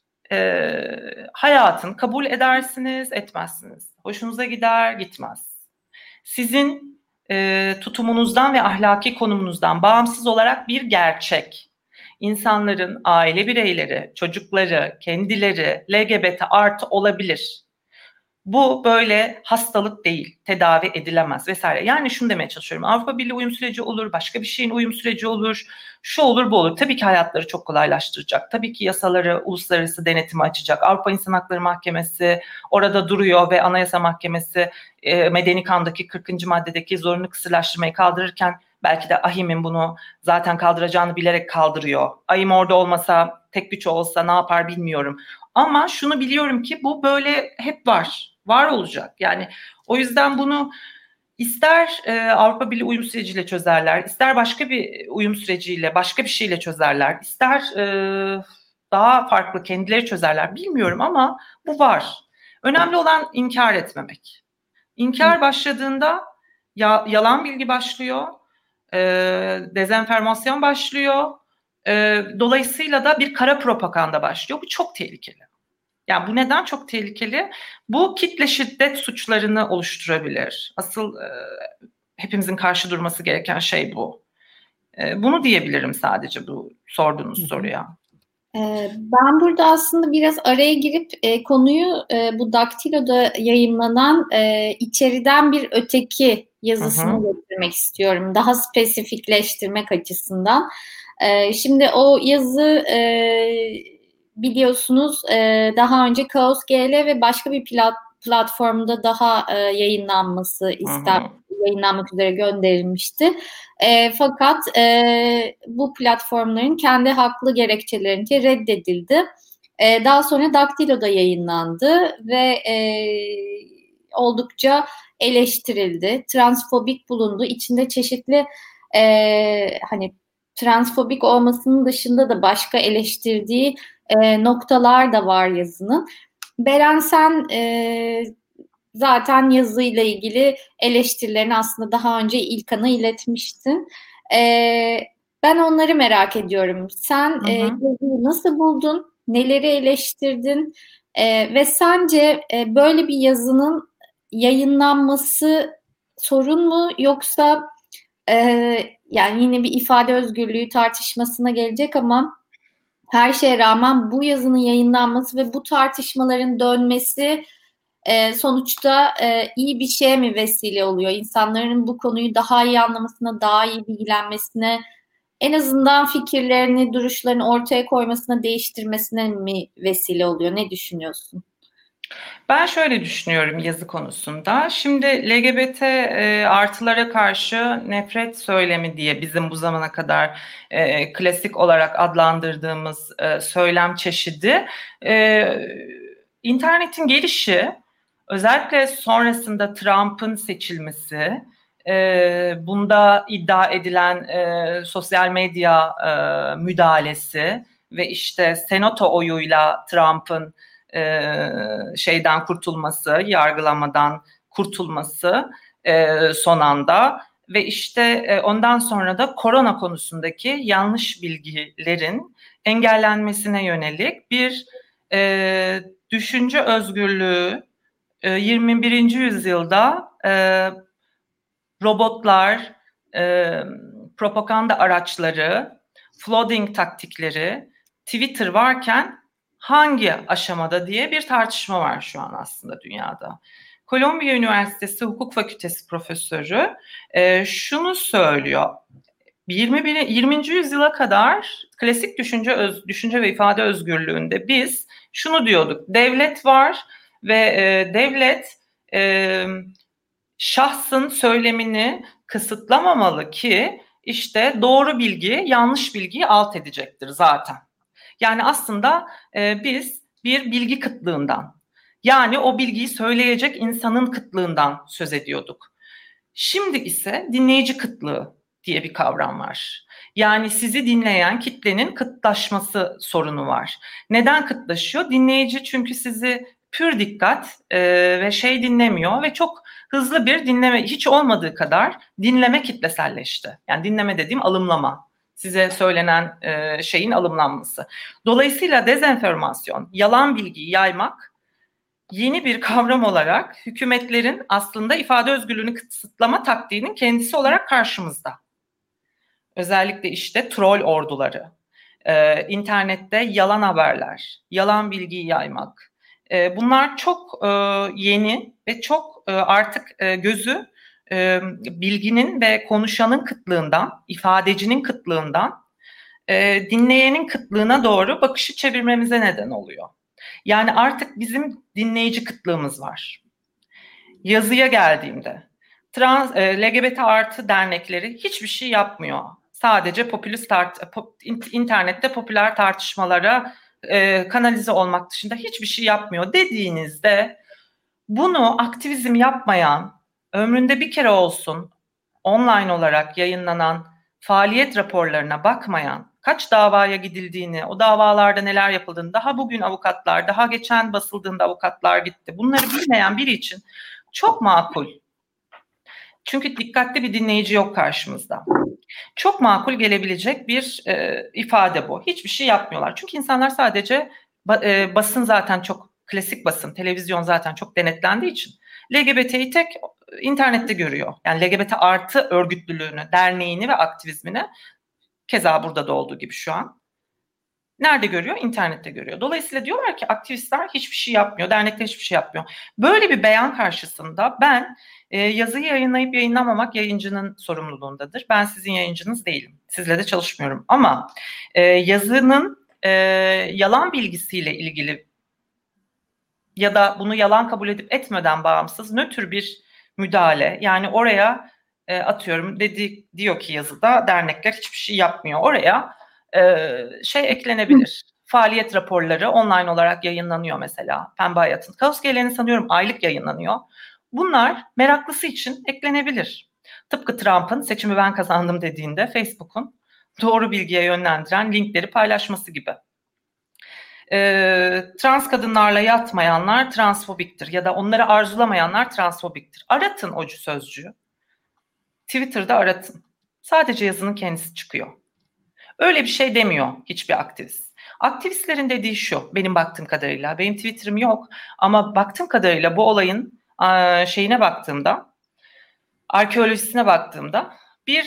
hayatın kabul edersiniz, etmezsiniz. Hoşunuza gider, gitmez. Sizin tutumunuzdan ve ahlaki konumunuzdan bağımsız olarak bir gerçek. İnsanların aile bireyleri, çocukları, kendileri LGBT artı olabilir. Bu böyle hastalık değil, tedavi edilemez vesaire. Yani şunu demeye çalışıyorum. Avrupa Birliği uyum süreci olur, başka bir şeyin uyum süreci olur, şu olur bu olur. Tabii ki hayatları çok kolaylaştıracak. Tabii ki yasaları, uluslararası denetimi açacak. Avrupa İnsan Hakları Mahkemesi orada duruyor ve Anayasa Mahkemesi Medeni Kanun'daki 40. maddedeki zorunlu kısırlaştırmayı kaldırırken belki de AİHM'in bunu zaten kaldıracağını bilerek kaldırıyor. AİHM orada olmasa, tek güç olsa ne yapar bilmiyorum. Ama şunu biliyorum ki bu böyle hep var olacak. Yani o yüzden bunu ister Avrupa Birliği uyum süreciyle çözerler, ister başka bir uyum süreciyle, başka bir şeyle çözerler, ister daha farklı kendileri çözerler bilmiyorum ama bu var. Önemli olan inkar etmemek. İnkar başladığında yalan bilgi başlıyor, dezenformasyon başlıyor, dolayısıyla da bir kara propaganda başlıyor. Bu çok tehlikeli. Yani bu neden çok tehlikeli? Bu kitle şiddet suçlarını oluşturabilir. Asıl hepimizin karşı durması gereken şey bu. Bunu diyebilirim sadece bu sorduğunuz soruya. Ben burada aslında biraz araya girip konuyu bu Daktilo'da yayımlanan içeriden bir öteki yazısını getirmek istiyorum. Daha spesifikleştirmek açısından. Şimdi o yazı biliyorsunuz daha önce Kaos GL ve başka bir platformda daha yayınlanmak üzere gönderilmişti. Fakat bu platformların kendi haklı gerekçelerince reddedildi. Daha sonra Daktilo'da yayınlandı ve oldukça eleştirildi. Transfobik bulundu. İçinde çeşitli hani transfobik olmasının dışında da başka eleştirdiği noktalar da var yazının. Beren, sen zaten yazıyla ilgili eleştirilerini aslında daha önce İlkan'a iletmiştin. Ben onları merak ediyorum. Sen yazıyı nasıl buldun? Neleri eleştirdin? Ve sence böyle bir yazının yayınlanması sorun mu? Yoksa yani yine bir ifade özgürlüğü tartışmasına gelecek ama her şeye rağmen bu yazının yayınlanması ve bu tartışmaların dönmesi sonuçta iyi bir şeye mi vesile oluyor? İnsanların bu konuyu daha iyi anlamasına, daha iyi bilgilenmesine, en azından fikirlerini, duruşlarını ortaya koymasına, değiştirmesine mi vesile oluyor? Ne düşünüyorsun? Ben şöyle düşünüyorum yazı konusunda. Şimdi LGBT artılara karşı nefret söylemi diye bizim bu zamana kadar klasik olarak adlandırdığımız söylem çeşidi, internetin gelişi, özellikle sonrasında Trump'ın seçilmesi, bunda iddia edilen sosyal medya müdahalesi ve işte senato oyuyla Trump'ın şeyden kurtulması, yargılamadan kurtulması son anda ve işte ondan sonra da korona konusundaki yanlış bilgilerin engellenmesine yönelik bir düşünce özgürlüğü 21. yüzyılda robotlar, propaganda araçları, flooding taktikleri, Twitter varken hangi aşamada diye bir tartışma var şu an aslında dünyada. Kolombiya Üniversitesi Hukuk Fakültesi profesörü şunu söylüyor. 20. yüzyıla kadar klasik düşünce ve ifade özgürlüğünde biz şunu diyorduk. Devlet var ve devlet şahsın söylemini kısıtlamamalı ki işte doğru bilgi yanlış bilgiyi alt edecektir zaten. Yani aslında biz bir bilgi kıtlığından, yani o bilgiyi söyleyecek insanın kıtlığından söz ediyorduk. Şimdi ise dinleyici kıtlığı diye bir kavram var. Yani sizi dinleyen kitlenin kıtlaşması sorunu var. Neden kıtlaşıyor? Dinleyici çünkü sizi pür dikkat ve dinlemiyor ve çok hızlı bir dinleme, hiç olmadığı kadar dinleme kitleselleşti. Yani dinleme dediğim alımlama. Size söylenen şeyin alımlanması. Dolayısıyla dezenformasyon, yalan bilgiyi yaymak yeni bir kavram olarak hükümetlerin aslında ifade özgürlüğünü kısıtlama taktiğinin kendisi olarak karşımızda. Özellikle işte troll orduları, internette yalan haberler, yalan bilgiyi yaymak. Bunlar çok yeni ve çok artık gözü bilginin ve konuşanın kıtlığından, ifadecinin kıtlığından dinleyenin kıtlığına doğru bakışı çevirmemize neden oluyor. Yani artık bizim dinleyici kıtlığımız var. Yazıya geldiğimde LGBT artı dernekleri hiçbir şey yapmıyor. Sadece internette popüler tartışmalara kanalize olmak dışında hiçbir şey yapmıyor dediğinizde bunu aktivizm yapmayan, ömründe bir kere olsun online olarak yayınlanan faaliyet raporlarına bakmayan, kaç davaya gidildiğini, o davalarda neler yapıldığını, daha bugün avukatlar, daha geçen basıldığında avukatlar gitti. Bunları bilmeyen biri için çok makul. Çünkü dikkatli bir dinleyici yok karşımızda. Çok makul gelebilecek bir ifade bu. Hiçbir şey yapmıyorlar. Çünkü insanlar sadece basın zaten çok klasik basın, televizyon zaten çok denetlendiği için LGBT'yi tek internette görüyor. Yani LGBT artı örgütlülüğünü, derneğini ve aktivizmini, keza burada da olduğu gibi şu an, nerede görüyor? İnternette görüyor. Dolayısıyla diyorlar ki aktivistler hiçbir şey yapmıyor, dernekler hiçbir şey yapmıyor. Böyle bir beyan karşısında ben yazıyı yayınlayıp yayınlamamak yayıncının sorumluluğundadır. Ben sizin yayıncınız değilim. Sizle de çalışmıyorum. Ama yazının yalan bilgisiyle ilgili ya da bunu yalan kabul edip etmeden bağımsız nötr bir müdahale, yani oraya atıyorum diyor ki yazıda dernekler hiçbir şey yapmıyor. Oraya şey eklenebilir. Faaliyet raporları online olarak yayınlanıyor mesela. Pembe Hayat'ın. Kaos Geleneği sanıyorum aylık yayınlanıyor. Bunlar meraklısı için eklenebilir. Tıpkı Trump'ın seçimi ben kazandım dediğinde Facebook'un doğru bilgiye yönlendiren linkleri paylaşması gibi. Trans kadınlarla yatmayanlar transfobiktir ya da onları arzulamayanlar transfobiktir. Aratın o sözcüğü. Twitter'da aratın. Sadece yazının kendisi çıkıyor. Öyle bir şey demiyor hiçbir aktivist. Aktivistlerin dediği şu, benim baktığım kadarıyla, benim Twitter'ım yok ama baktığım kadarıyla bu olayın şeyine baktığımda, arkeolojisine baktığımda bir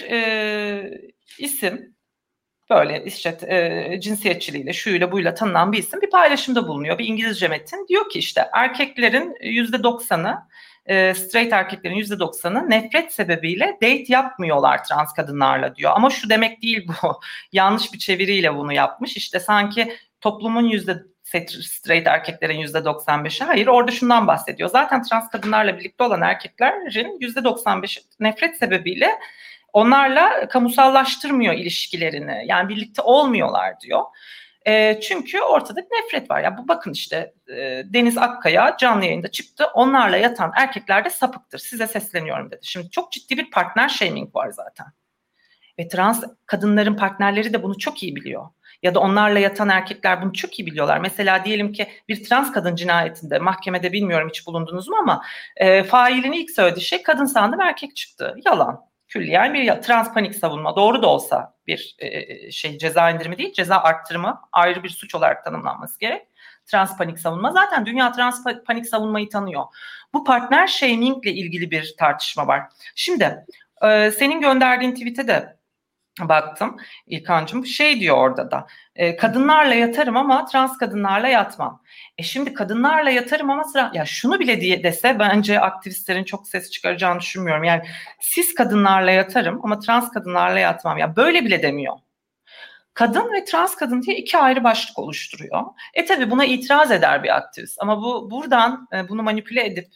isim, böyle işte cinsiyetçiliğiyle, şuyla buyla tanınan bir isim bir paylaşımda bulunuyor. Bir İngilizce metin. Diyor ki işte erkeklerin %90'ı, straight erkeklerin %90'ı nefret sebebiyle date yapmıyorlar trans kadınlarla diyor. Ama şu demek değil bu. Yanlış bir çeviriyle bunu yapmış. İşte sanki toplumun straight erkeklerin %95'i. Hayır, orada şundan bahsediyor. Zaten trans kadınlarla birlikte olan erkeklerin %95'i nefret sebebiyle onlarla kamusallaştırmıyor ilişkilerini. Yani birlikte olmuyorlar diyor. Çünkü ortada bir nefret var. Ya bu bakın işte Deniz Akkaya canlı yayında çıktı. Onlarla yatan erkekler de sapıktır. Size sesleniyorum dedi. Şimdi çok ciddi bir partner shaming var zaten. Ve trans kadınların partnerleri de bunu çok iyi biliyor. Ya da onlarla yatan erkekler bunu çok iyi biliyorlar. Mesela diyelim ki bir trans kadın cinayetinde mahkemede, bilmiyorum hiç bulundunuz mu ama failin ilk söylediği şey kadın sandım erkek çıktı. Yalan. Külliyen bir trans panik savunma, doğru da olsa bir ceza indirimi değil, ceza arttırımı ayrı bir suç olarak tanımlanması gerek. Trans panik savunma, zaten dünya trans panik savunmayı tanıyor. Bu partner shamingle ilgili bir tartışma var. Şimdi senin gönderdiğin tweet'e de baktım İlkancığım, şey diyor orada da, kadınlarla yatarım ama trans kadınlarla yatmam. Şimdi kadınlarla yatarım ama ya şunu bile dese bence aktivistlerin çok ses çıkaracağını düşünmüyorum. Yani siz kadınlarla yatarım ama trans kadınlarla yatmam. Ya böyle bile demiyor. Kadın ve trans kadın diye iki ayrı başlık oluşturuyor. Tabii buna itiraz eder bir aktivist ama buradan bunu manipüle edip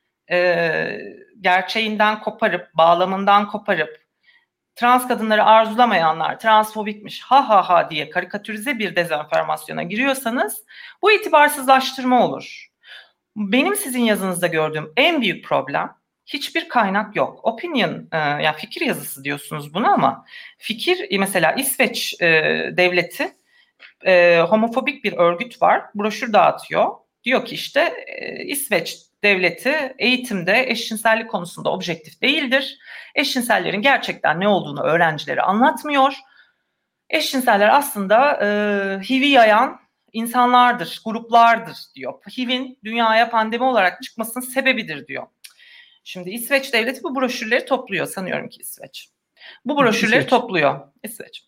gerçeğinden koparıp, bağlamından koparıp trans kadınları arzulamayanlar transfobikmiş ha ha ha diye karikatürize bir dezenformasyona giriyorsanız bu itibarsızlaştırma olur. Benim sizin yazınızda gördüğüm en büyük problem, hiçbir kaynak yok. Opinion, yani fikir yazısı diyorsunuz buna ama fikir, mesela İsveç devleti homofobik bir örgüt var, broşür dağıtıyor. Diyor ki işte İsveç devleti eğitimde eşcinsellik konusunda objektif değildir. Eşcinsellerin gerçekten ne olduğunu öğrencilere anlatmıyor. Eşcinseller aslında HIV'i yayan insanlardır, gruplardır diyor. HIV'in dünyaya pandemi olarak çıkmasının sebebidir diyor. Şimdi İsveç devleti bu broşürleri topluyor, sanıyorum ki İsveç. Bu broşürleri topluyor İsveç.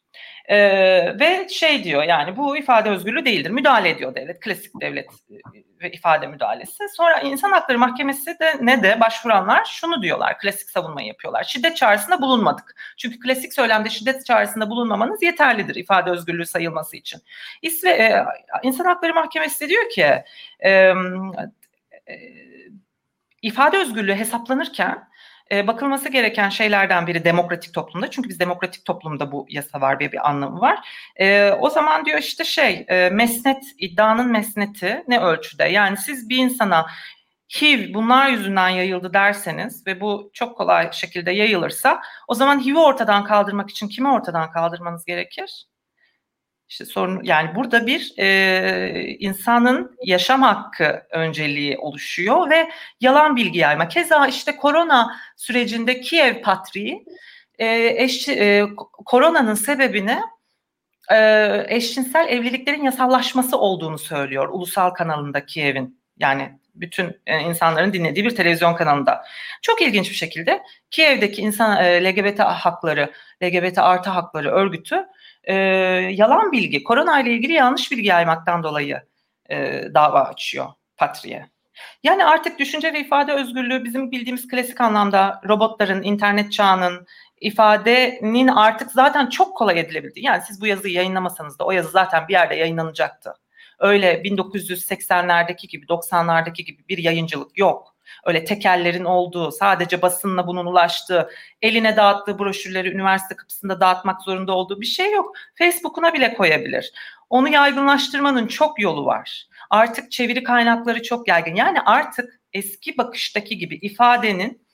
Ve şey diyor, yani bu ifade özgürlüğü değildir. Müdahale ediyor devlet, klasik devlet ve ifade müdahalesi. Sonra İnsan Hakları Mahkemesi de ne de başvuranlar şunu diyorlar, klasik savunmayı yapıyorlar. Şiddet çağrısında bulunmadık. Çünkü klasik söylemde şiddet çağrısında bulunmamanız yeterlidir ifade özgürlüğü sayılması için. İnsan Hakları Mahkemesi de diyor ki ifade özgürlüğü hesaplanırken bakılması gereken şeylerden biri demokratik toplumda. Çünkü biz demokratik toplumda bu yasa var ve bir anlamı var. O zaman diyor işte mesnet, iddianın mesneti ne ölçüde? Yani siz bir insana HIV bunlar yüzünden yayıldı derseniz ve bu çok kolay şekilde yayılırsa, o zaman HIV'i ortadan kaldırmak için kimi ortadan kaldırmanız gerekir? İşte sorun, yani burada bir insanın yaşam hakkı önceliği oluşuyor ve yalan bilgi yayma. Keza işte korona sürecinde Kiev Patriği koronanın sebebini eşcinsel evliliklerin yasallaşması olduğunu söylüyor ulusal kanalında Kiev'in. Yani bütün insanların dinlediği bir televizyon kanalında. Çok ilginç bir şekilde Kiev'deki LGBT hakları, LGBT artı hakları örgütü yalan bilgi, korona ile ilgili yanlış bilgi yaymaktan dolayı dava açıyor Patri'ye. Yani artık düşünce ve ifade özgürlüğü bizim bildiğimiz klasik anlamda robotların, internet çağının, ifadenin artık zaten çok kolay edilebildiği. Yani siz bu yazıyı yayınlamasanız da o yazı zaten bir yerde yayınlanacaktı. Öyle 1980'lerdeki gibi, 90'lardaki gibi bir yayıncılık yok. Öyle tekellerin olduğu, sadece basınla bunun ulaştığı, eline dağıttığı broşürleri üniversite kapısında dağıtmak zorunda olduğu bir şey yok. Facebook'una bile koyabilir. Onu yaygınlaştırmanın çok yolu var. Artık çeviri kaynakları çok yaygın. Yani artık eski bakıştaki gibi ifadenin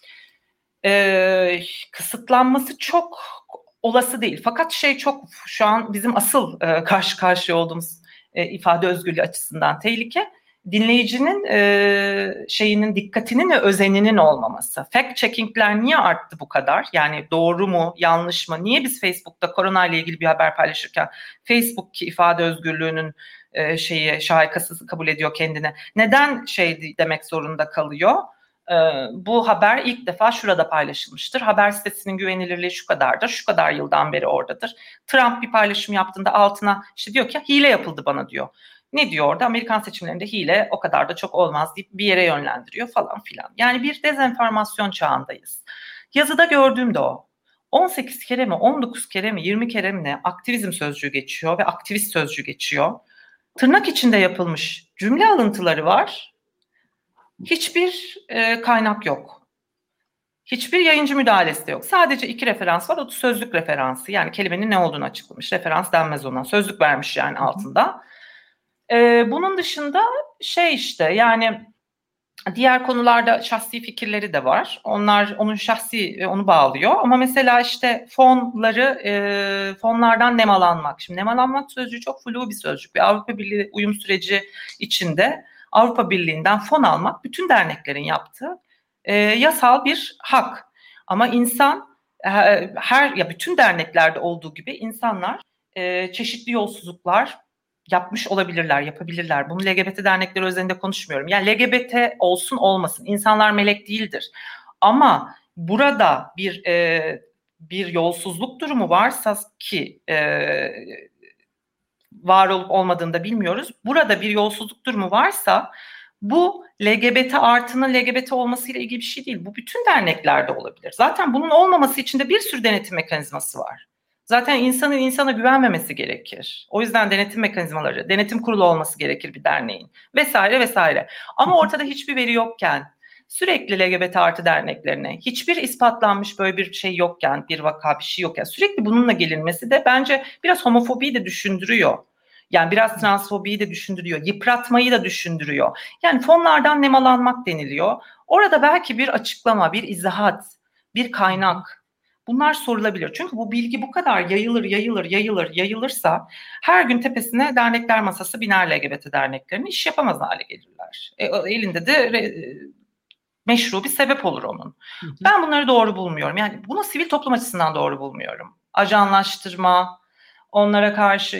kısıtlanması çok olası değil. Fakat çok şu an bizim asıl karşı karşıya olduğumuz ifade özgürlüğü açısından tehlike, dinleyicinin dikkatinin ve özeninin olmaması. Fact checking'ler niye arttı bu kadar? Yani doğru mu, yanlış mı? Niye biz Facebook'ta korona ile ilgili bir haber paylaşırken Facebook ki ifade özgürlüğünün şahikası kabul ediyor kendine. Neden demek zorunda kalıyor? Bu haber ilk defa şurada paylaşılmıştır. Haber sitesinin güvenilirliği şu kadardır. Şu kadar yıldan beri oradadır. Trump bir paylaşım yaptığında altına diyor ki hile yapıldı bana diyor. Ne diyor orada? Amerikan seçimlerinde hile o kadar da çok olmaz deyip bir yere yönlendiriyor falan filan. Yani bir dezenformasyon çağındayız. Yazıda gördüğüm de o. 18 kere mi, 19 kere mi, 20 kere mi ne aktivizm sözcüğü geçiyor ve aktivist sözcüğü geçiyor. Tırnak içinde yapılmış cümle alıntıları var. Hiçbir kaynak yok. Hiçbir yayıncı müdahalesi de yok. Sadece 2 referans var. O da sözlük referansı. Yani kelimenin ne olduğunu açıklamış. Referans denmez ona. Sözlük vermiş yani altında. Bunun dışında yani diğer konularda şahsi fikirleri de var. Onun onu bağlıyor. Ama mesela fonlardan nemalanmak. Şimdi nemalanmak sözcüğü çok flu bir sözcük. Bir Avrupa Birliği uyum süreci içinde Avrupa Birliği'nden fon almak bütün derneklerin yaptığı yasal bir hak. Ama insan bütün derneklerde olduğu gibi insanlar çeşitli yolsuzluklar yapmış olabilirler, yapabilirler. Bunu LGBT dernekleri özelinde konuşmuyorum. Yani LGBT olsun olmasın, insanlar melek değildir. Ama burada bir yolsuzluk durumu varsa ki var olup olmadığını da bilmiyoruz. Burada bir yolsuzluk durumu varsa bu LGBT artının LGBT olmasıyla ilgili bir şey değil. Bu bütün derneklerde olabilir. Zaten bunun olmaması için de bir sürü denetim mekanizması var. Zaten insanın insana güvenmemesi gerekir. O yüzden denetim mekanizmaları, denetim kurulu olması gerekir bir derneğin vesaire vesaire. Ama ortada hiçbir veri yokken, sürekli LGBT artı derneklerine hiçbir ispatlanmış böyle bir şey yokken, bir vaka bir şey yokken sürekli bununla gelinmesi de bence biraz homofobiyi de düşündürüyor. Yani biraz transfobiyi de düşündürüyor, yıpratmayı da düşündürüyor. Yani fonlardan nemalanmak deniliyor. Orada belki bir açıklama, bir izahat, bir kaynak bunlar sorulabilir. Çünkü bu bilgi bu kadar yayılırsa her gün tepesine dernekler masası biner LGBT derneklerinin iş yapamaz hale gelirler. Elinde de meşru bir sebep olur onun. Ben bunları doğru bulmuyorum. Yani bunu sivil toplum açısından doğru bulmuyorum. Ajanlaştırma, onlara karşı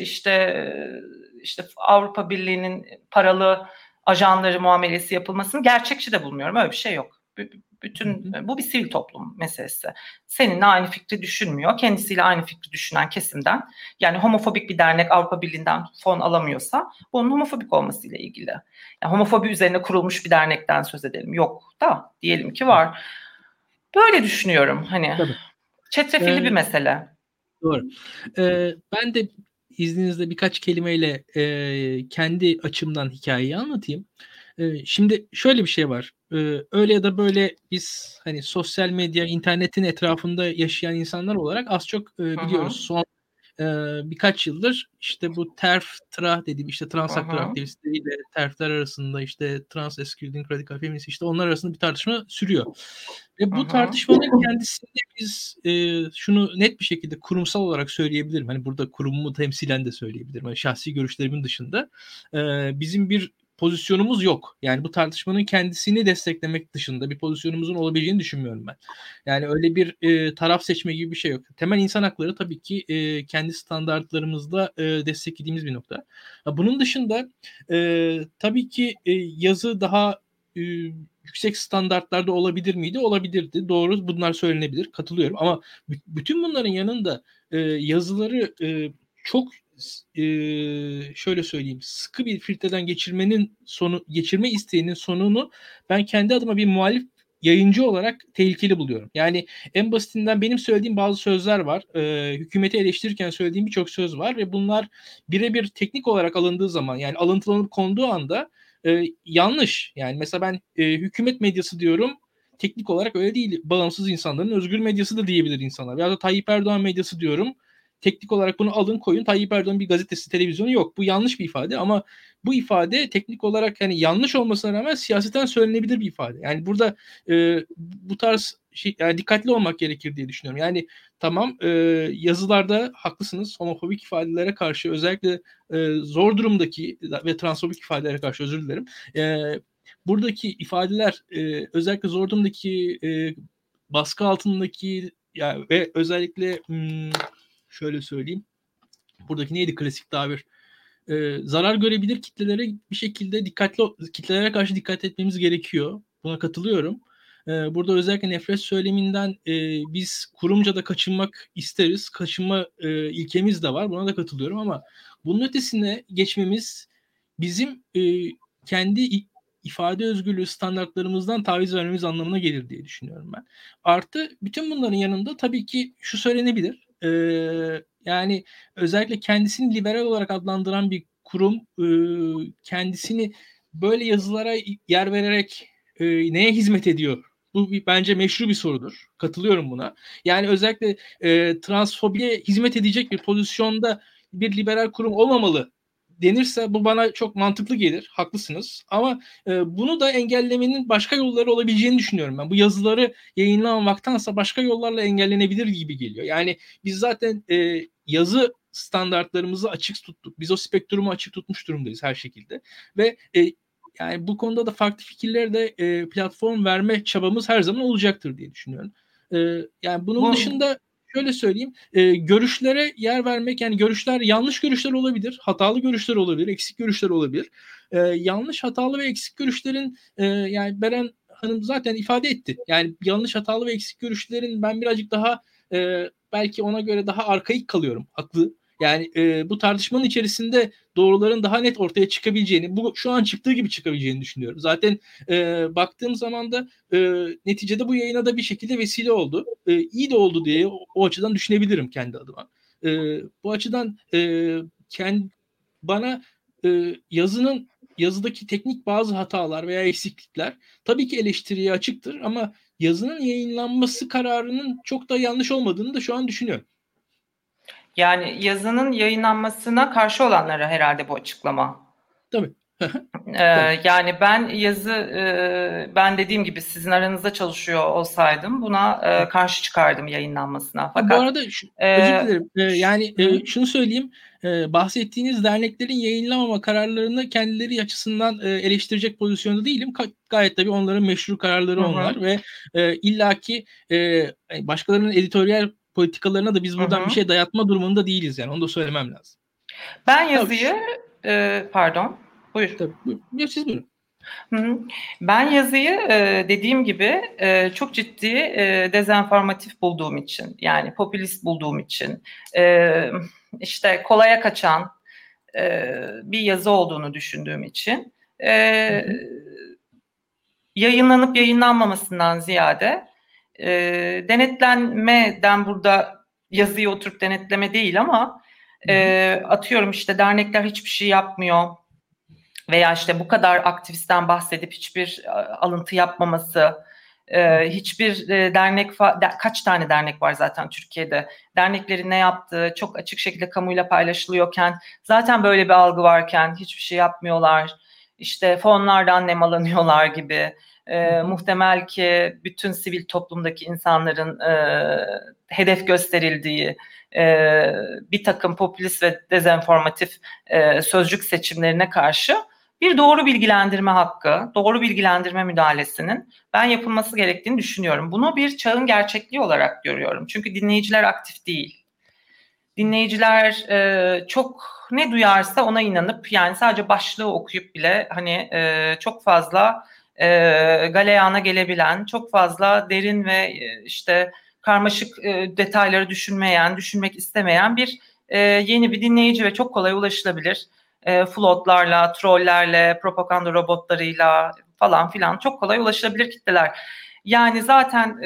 Avrupa Birliği'nin paralı ajanları muamelesi yapılmasını gerçekçi de bulmuyorum. Öyle bir şey yok. Bu bir sivil toplum meselesi. Seninle aynı fikri düşünmüyor. Kendisiyle aynı fikri düşünen kesimden, yani homofobik bir dernek Avrupa Birliği'nden fon alamıyorsa bunun homofobik olmasıyla ilgili. Yani homofobi üzerine kurulmuş bir dernekten söz edelim. Yok da diyelim ki var. Böyle düşünüyorum. Tabii. Çetrefilli bir mesele. Doğru. Ben de izninizle birkaç kelimeyle kendi açımdan hikayeyi anlatayım. Şimdi şöyle bir şey var. Öyle ya da böyle biz hani sosyal medya, internetin etrafında yaşayan insanlar olarak az çok biliyoruz. Son birkaç yıldır bu TERF-TRA dediğim trans hakları aktivistleriyle TERF'ler arasında trans excluding radikal feminist onlar arasında bir tartışma sürüyor. Ve bu tartışmanın kendisinde biz şunu net bir şekilde kurumsal olarak söyleyebilirim. Hani burada kurumumu temsilen de söyleyebilirim. Yani şahsi görüşlerimin dışında bizim bir pozisyonumuz yok. Yani bu tartışmanın kendisini desteklemek dışında bir pozisyonumuzun olabileceğini düşünmüyorum ben. Yani öyle bir taraf seçme gibi bir şey yok. Temel insan hakları tabii ki kendi standartlarımızda desteklediğimiz bir nokta. Bunun dışında tabii ki yazı daha yüksek standartlarda olabilir miydi? Olabilirdi. Doğru, bunlar söylenebilir. Katılıyorum. Ama bütün bunların yanında yazıları çok şöyle söyleyeyim, sıkı bir filtreden geçirme isteğinin sonunu ben kendi adıma bir muhalif yayıncı olarak tehlikeli buluyorum. Yani en basitinden benim söylediğim bazı sözler var. Hükümeti eleştirirken söylediğim birçok söz var ve bunlar birebir teknik olarak alındığı zaman, yani alıntılanıp konduğu anda yanlış. Yani mesela ben hükümet medyası diyorum. Teknik olarak öyle değil. Bağımsız insanların özgür medyası da diyebilir insanlar. Ya da Tayyip Erdoğan medyası diyorum. Teknik olarak bunu alın koyun. Tayyip Erdoğan'ın bir gazetesi, televizyonu yok. Bu yanlış bir ifade ama bu ifade teknik olarak yani yanlış olmasına rağmen siyaseten söylenebilir bir ifade. Yani burada bu tarz yani dikkatli olmak gerekir diye düşünüyorum. Yani tamam, yazılarda haklısınız. Homofobik ifadelere karşı, özellikle zor durumdaki ve transfobik ifadelere karşı, özür dilerim. Buradaki ifadeler özellikle zor durumdaki baskı altındaki ve özellikle şöyle söyleyeyim. Buradaki neydi klasik tabir? Zarar görebilir kitlelere bir şekilde kitlelere karşı dikkat etmemiz gerekiyor. Buna katılıyorum. Burada özellikle nefret söyleminden biz kurumca da kaçınmak isteriz. Kaçınma ilkemiz de var. Buna da katılıyorum ama bunun ötesine geçmemiz bizim kendi ifade özgürlüğü standartlarımızdan taviz vermemiz anlamına gelir diye düşünüyorum ben. Artı bütün bunların yanında tabii ki şu söylenebilir. Yani özellikle kendisini liberal olarak adlandıran bir kurum kendisini böyle yazılara yer vererek neye hizmet ediyor? Bu bence meşru bir sorudur. Katılıyorum buna. Yani özellikle transfobiye hizmet edecek bir pozisyonda bir liberal kurum olmamalı denirse bu bana çok mantıklı gelir. Haklısınız. Ama bunu da engellemenin başka yolları olabileceğini düşünüyorum ben. Bu yazıları yayınlamamaktansa başka yollarla engellenebilir gibi geliyor. Yani biz zaten yazı standartlarımızı açık tuttuk. Biz o spektrumu açık tutmuş durumdayız her şekilde. Ve yani bu konuda da farklı fikirlere de platform verme çabamız her zaman olacaktır diye düşünüyorum. Yani bunun dışında şöyle söyleyeyim, görüşlere yer vermek, yani görüşler, yanlış görüşler olabilir, hatalı görüşler olabilir, eksik görüşler olabilir. Yanlış, hatalı ve eksik görüşlerin yani Beren Hanım zaten ifade etti. Yani yanlış, hatalı ve eksik görüşlerin ben birazcık daha belki ona göre daha arkaik kalıyorum. Haklı. Yani bu tartışmanın içerisinde doğruların daha net ortaya çıkabileceğini, bu şu an çıktığı gibi çıkabileceğini düşünüyorum. Zaten baktığım zaman da neticede bu yayına da bir şekilde vesile oldu. İyi de oldu diye o açıdan düşünebilirim kendi adıma. Bu açıdan bana yazıdaki teknik bazı hatalar veya eksiklikler tabii ki eleştiriye açıktır ama yazının yayınlanması kararının çok da yanlış olmadığını da şu an düşünüyorum. Yani yazının yayınlanmasına karşı olanlara herhalde bu açıklama. Tabii. Yani ben dediğim gibi sizin aranızda çalışıyor olsaydım buna karşı çıkardım yayınlanmasına. Fakat bu arada özür dilerim. Yani şunu söyleyeyim. Bahsettiğiniz derneklerin yayınlamama kararlarını kendileri açısından eleştirecek pozisyonda değilim. Gayet tabii onların meşru kararları onlar ve illaki başkalarının editoryal politikalarına da biz buradan bir şey dayatma durumunda değiliz, yani onu da söylemem lazım. Ben yazıyı pardon, buyur. Tabii, siz buyurun. Ben yazıyı dediğim gibi çok ciddi dezenformatif bulduğum için, yani popülist bulduğum için, işte kolaya kaçan bir yazı olduğunu düşündüğüm için yayınlanıp yayınlanmamasından ziyade denetlenmeden, burada yazıyı oturup denetleme değil ama atıyorum işte dernekler hiçbir şey yapmıyor veya işte bu kadar aktivistten bahsedip hiçbir alıntı yapmaması, hiçbir dernek, kaç tane dernek var zaten Türkiye'de, derneklerin ne yaptığı çok açık şekilde kamuyla paylaşılıyorken, zaten böyle bir algı varken hiçbir şey yapmıyorlar, işte fonlardan nemalanıyorlar gibi, muhtemel ki bütün sivil toplumdaki insanların hedef gösterildiği bir takım popülist ve dezenformatif sözcük seçimlerine karşı bir doğru bilgilendirme hakkı, doğru bilgilendirme müdahalesinin ben yapılması gerektiğini düşünüyorum. Bunu bir çağın gerçekliği olarak görüyorum. Çünkü dinleyiciler aktif değil. Dinleyiciler çok ne duyarsa ona inanıp, yani sadece başlığı okuyup bile hani çok fazla galeyana gelebilen, çok fazla derin ve işte karmaşık detayları düşünmek istemeyen bir yeni bir dinleyici ve çok kolay ulaşılabilir. Floatlarla, trollerle, propaganda robotlarıyla falan filan çok kolay ulaşılabilir kitleler. Yani zaten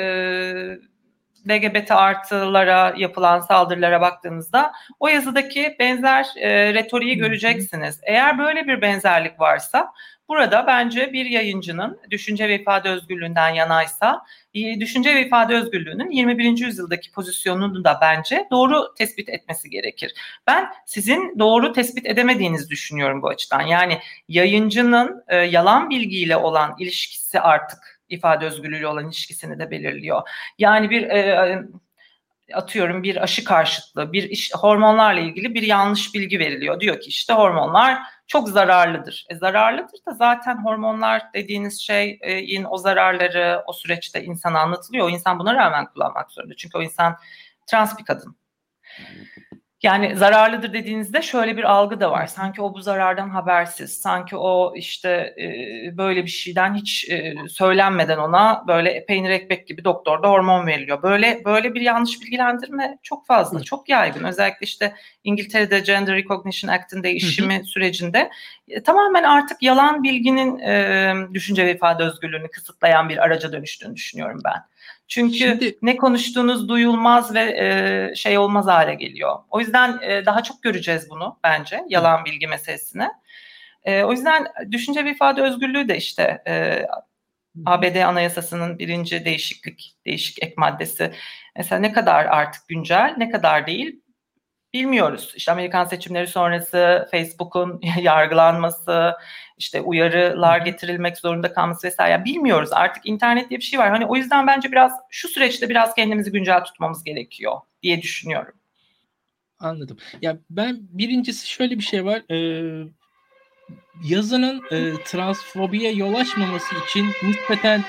LGBT artılara yapılan saldırılara baktığınızda o yazıdaki benzer retoriği göreceksiniz. Eğer böyle bir benzerlik varsa burada bence bir yayıncının düşünce ve ifade özgürlüğünden yanaysa düşünce ve ifade özgürlüğünün 21. yüzyıldaki pozisyonunu da bence doğru tespit etmesi gerekir. Ben sizin doğru tespit edemediğinizi düşünüyorum bu açıdan. Yani yayıncının yalan bilgiyle olan ilişkisi artık ifade özgürlüğü olan ilişkisini de belirliyor. Yani bir atıyorum bir aşı karşıtlığı, bir hormonlarla ilgili bir yanlış bilgi veriliyor. Diyor ki işte hormonlar çok zararlıdır. Zararlıdır da zaten hormonlar dediğiniz şeyin o zararları o süreçte insana anlatılıyor. O insan buna rağmen kullanmak zorunda. Çünkü o insan trans bir kadın. Yani zararlıdır dediğinizde şöyle bir algı da var. Sanki o bu zarardan habersiz. Sanki o işte böyle bir şeyden hiç söylenmeden ona böyle peynir ekmek gibi doktorda hormon veriliyor. Böyle bir yanlış bilgilendirme çok fazla, çok yaygın. Özellikle işte İngiltere'de Gender Recognition Act'in değişimi sürecinde tamamen artık yalan bilginin düşünce ve ifade özgürlüğünü kısıtlayan bir araca dönüştüğünü düşünüyorum ben. Çünkü ne konuştuğunuz duyulmaz ve olmaz hale geliyor. O yüzden daha çok göreceğiz bunu bence, yalan bilgi meselesini. O yüzden düşünce ve ifade özgürlüğü de işte ABD Anayasası'nın 1. değişik ek maddesi. Mesela ne kadar artık güncel, ne kadar değil bilmiyoruz. İşte Amerikan seçimleri sonrası Facebook'un yargılanması, işte uyarılar getirilmek zorunda kalması vesaire. Yani bilmiyoruz. Artık internet diye bir şey var. Hani o yüzden bence şu süreçte biraz kendimizi güncel tutmamız gerekiyor diye düşünüyorum. Anladım. Ya ben birincisi şöyle bir şey var. Yazının transfobiye yol açmaması için nispeten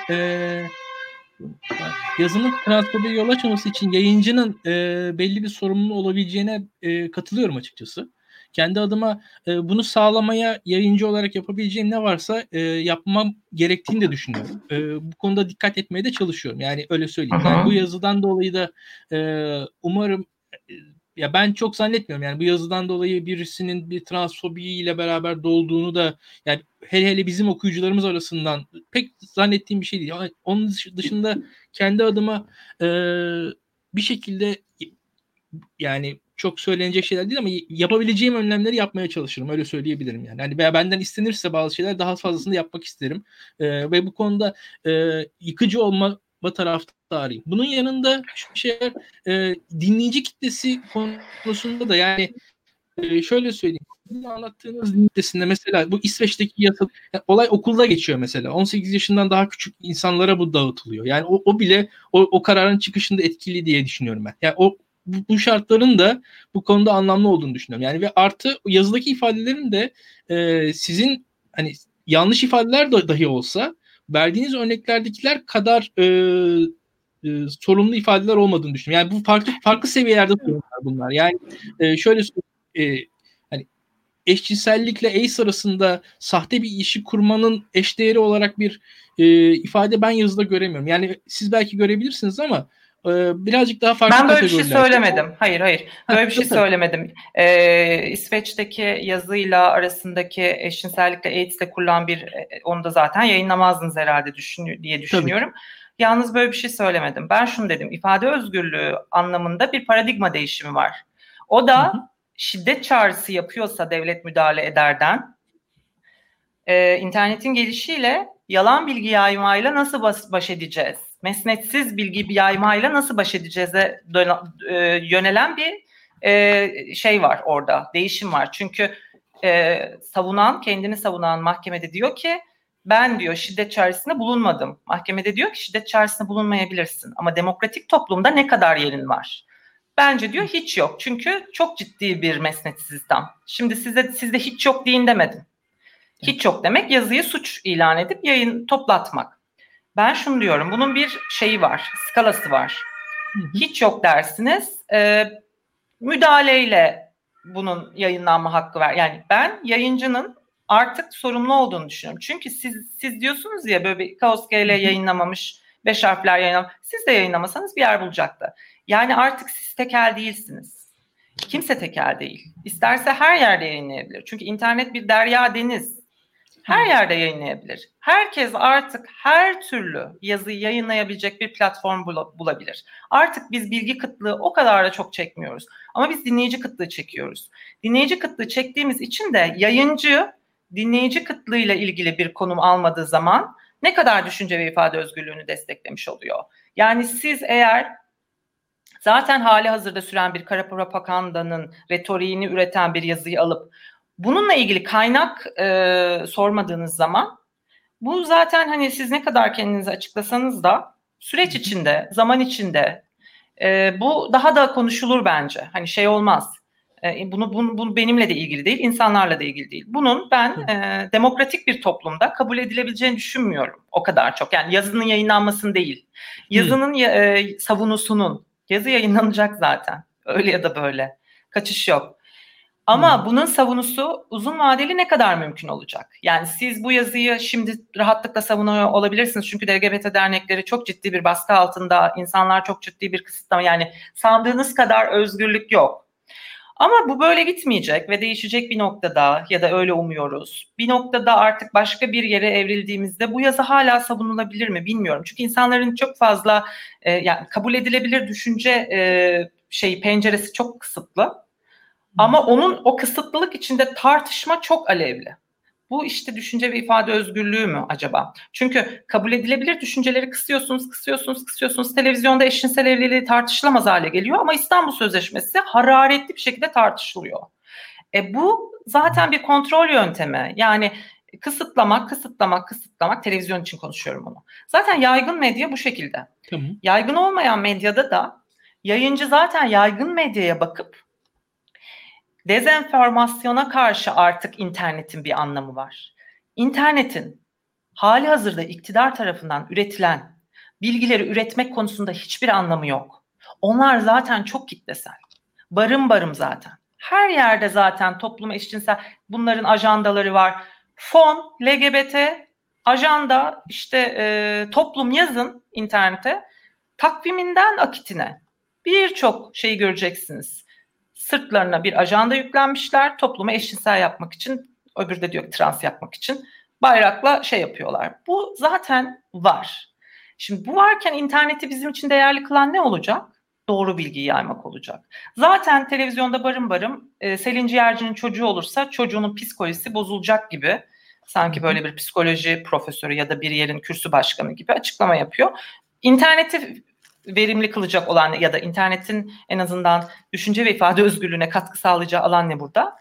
yazının transfobiye yol açmaması için yayıncının belli bir sorumluluğu olabileceğine katılıyorum açıkçası. Kendi adıma bunu sağlamaya yayıncı olarak yapabileceğim ne varsa yapmam gerektiğini de düşünüyorum. Bu konuda dikkat etmeye de çalışıyorum. Yani öyle söyleyeyim. Yani bu yazıdan dolayı da umarım ya ben çok zannetmiyorum. Yani bu yazıdan dolayı birisinin bir transfobiyle beraber dolduğunu da yani hele bizim okuyucularımız arasından pek zannettiğim bir şey değil. Onun dışında kendi adıma bir şekilde yani çok söylenecek şeyler değil ama yapabileceğim önlemleri yapmaya çalışırım. Öyle söyleyebilirim yani. Hani benden istenirse bazı şeyler daha fazlasını yapmak isterim. Ve bu konuda yıkıcı olma taraftarıyım. Bunun yanında şu şeyler dinleyici kitlesi konusunda da yani şöyle söyleyeyim. Anlattığınız kitlesinde mesela bu İsveç'teki yasa olay okulda geçiyor mesela. 18 yaşından daha küçük insanlara bu dağıtılıyor. Yani o bile o kararın çıkışında etkili diye düşünüyorum ben. Yani bu şartların da bu konuda anlamlı olduğunu düşünüyorum. Yani ve artı yazıdaki ifadelerin de sizin hani yanlış ifadeler de dahi olsa verdiğiniz örneklerdekiler kadar sorumlu ifadeler olmadığını düşünüyorum. Yani bu farklı seviyelerde sorunlar bunlar. Yani şöyle hani eşcinsellikle AIDS arasında sahte bir işi kurmanın eşdeğeri olarak bir ifade ben yazıda göremiyorum. Yani siz belki görebilirsiniz ama birazcık daha farklı kategoriler. Ben böyle bir şey söylemedim. Hayır. Böyle bir şey söylemedim. İsveç'teki yazıyla arasındaki eşcinsellikle AIDS'le kurulan onu da zaten yayınlamazdınız herhalde diye düşünüyorum. Tabii. Yalnız böyle bir şey söylemedim. Ben şunu dedim. İfade özgürlüğü anlamında bir paradigma değişimi var. O da şiddet çağrısı yapıyorsa devlet müdahale ederden internetin gelişiyle yalan bilgi yaymayla nasıl baş edeceğiz? Mesnetsiz bilgi yaymayla nasıl baş edeceğize yönelen bir şey var orada, değişim var. Çünkü kendini savunan mahkemede diyor ki ben diyor şiddet çağrısında bulunmadım. Mahkemede diyor ki şiddet çağrısında bulunmayabilirsin. Ama demokratik toplumda ne kadar yerin var? Bence diyor hiç yok. Çünkü çok ciddi bir mesnetsiz İslam. Şimdi sizde hiç yok deyin demedim. Hiç yok demek yazıyı suç ilan edip yayın toplatmak. Ben şunu diyorum, bunun bir şeyi var, skalası var. Hiç yok dersiniz, müdahaleyle bunun yayınlanma hakkı var. Yani ben yayıncının artık sorumlu olduğunu düşünüyorum. Çünkü siz diyorsunuz ya, böyle bir Kaos GL yayınlamamış, 5 harfler yayınlamamış. Siz de yayınlamasanız bir yer bulacaktı. Yani artık siz tekel değilsiniz. Kimse tekel değil. İsterse her yerde yayınlayabilir. Çünkü internet bir derya deniz. Her yerde yayınlayabilir. Herkes artık her türlü yazıyı yayınlayabilecek bir platform bulabilir. Artık biz bilgi kıtlığı o kadar da çok çekmiyoruz. Ama biz dinleyici kıtlığı çekiyoruz. Dinleyici kıtlığı çektiğimiz için de yayıncı dinleyici kıtlığıyla ilgili bir konum almadığı zaman ne kadar düşünce ve ifade özgürlüğünü desteklemiş oluyor. Yani siz eğer zaten hali hazırda süren bir kara propagandanın retoriğini üreten bir yazıyı alıp bununla ilgili kaynak sormadığınız zaman, bu zaten hani siz ne kadar kendinizi açıklasanız da süreç içinde, zaman içinde bu daha da konuşulur bence. Hani şey olmaz. Bunu benimle de ilgili değil, insanlarla da ilgili değil. Bunun ben demokratik bir toplumda kabul edilebileceğini düşünmüyorum o kadar çok. Yani yazının yayınlanmasını değil, yazının savunusunun, yazı yayınlanacak zaten. Öyle ya da böyle. Kaçış yok. Ama bunun savunusu uzun vadeli ne kadar mümkün olacak? Yani siz bu yazıyı şimdi rahatlıkla savunuyor olabilirsiniz. Çünkü LGBT dernekleri çok ciddi bir baskı altında, insanlar çok ciddi bir kısıtlama. Yani sandığınız kadar özgürlük yok. Ama bu böyle gitmeyecek ve değişecek bir noktada, ya da öyle umuyoruz. Bir noktada artık başka bir yere evrildiğimizde bu yazı hala savunulabilir mi bilmiyorum. Çünkü insanların çok fazla yani kabul edilebilir düşünce penceresi çok kısıtlı. Ama o kısıtlılık içinde tartışma çok alevli. Bu işte düşünce ve ifade özgürlüğü mü acaba? Çünkü kabul edilebilir düşünceleri kısıyorsunuz. Televizyonda eşcinsel evliliği tartışılamaz hale geliyor ama İstanbul Sözleşmesi hararetli bir şekilde tartışılıyor. Bu zaten bir kontrol yöntemi. Yani kısıtlamak, televizyon için konuşuyorum onu. Zaten yaygın medya bu şekilde. Tamam. Yaygın olmayan medyada da yayıncı zaten yaygın medyaya bakıp dezenformasyona karşı artık internetin bir anlamı var. İnternetin hali hazırda iktidar tarafından üretilen bilgileri üretmek konusunda hiçbir anlamı yok. Onlar zaten çok kitlesel. Barım zaten. Her yerde zaten toplum eşcinsel, bunların ajandaları var. Fon, LGBT, ajanda, toplum yazın internete. Takviminden akitine birçok şeyi göreceksiniz. Sırtlarına bir ajanda yüklenmişler. Toplumu eşcinsel yapmak için, öbürü de diyor ki trans yapmak için bayrakla yapıyorlar. Bu zaten var. Şimdi bu varken interneti bizim için değerli kılan ne olacak? Doğru bilgiyi yaymak olacak. Zaten televizyonda barım Selin Ciğerci'nin çocuğu olursa çocuğunun psikolojisi bozulacak gibi, sanki böyle bir psikoloji profesörü ya da bir yerin kürsü başkanı gibi açıklama yapıyor. İnterneti verimli kılacak olan ya da internetin en azından düşünce ve ifade özgürlüğüne katkı sağlayacağı alan ne burada?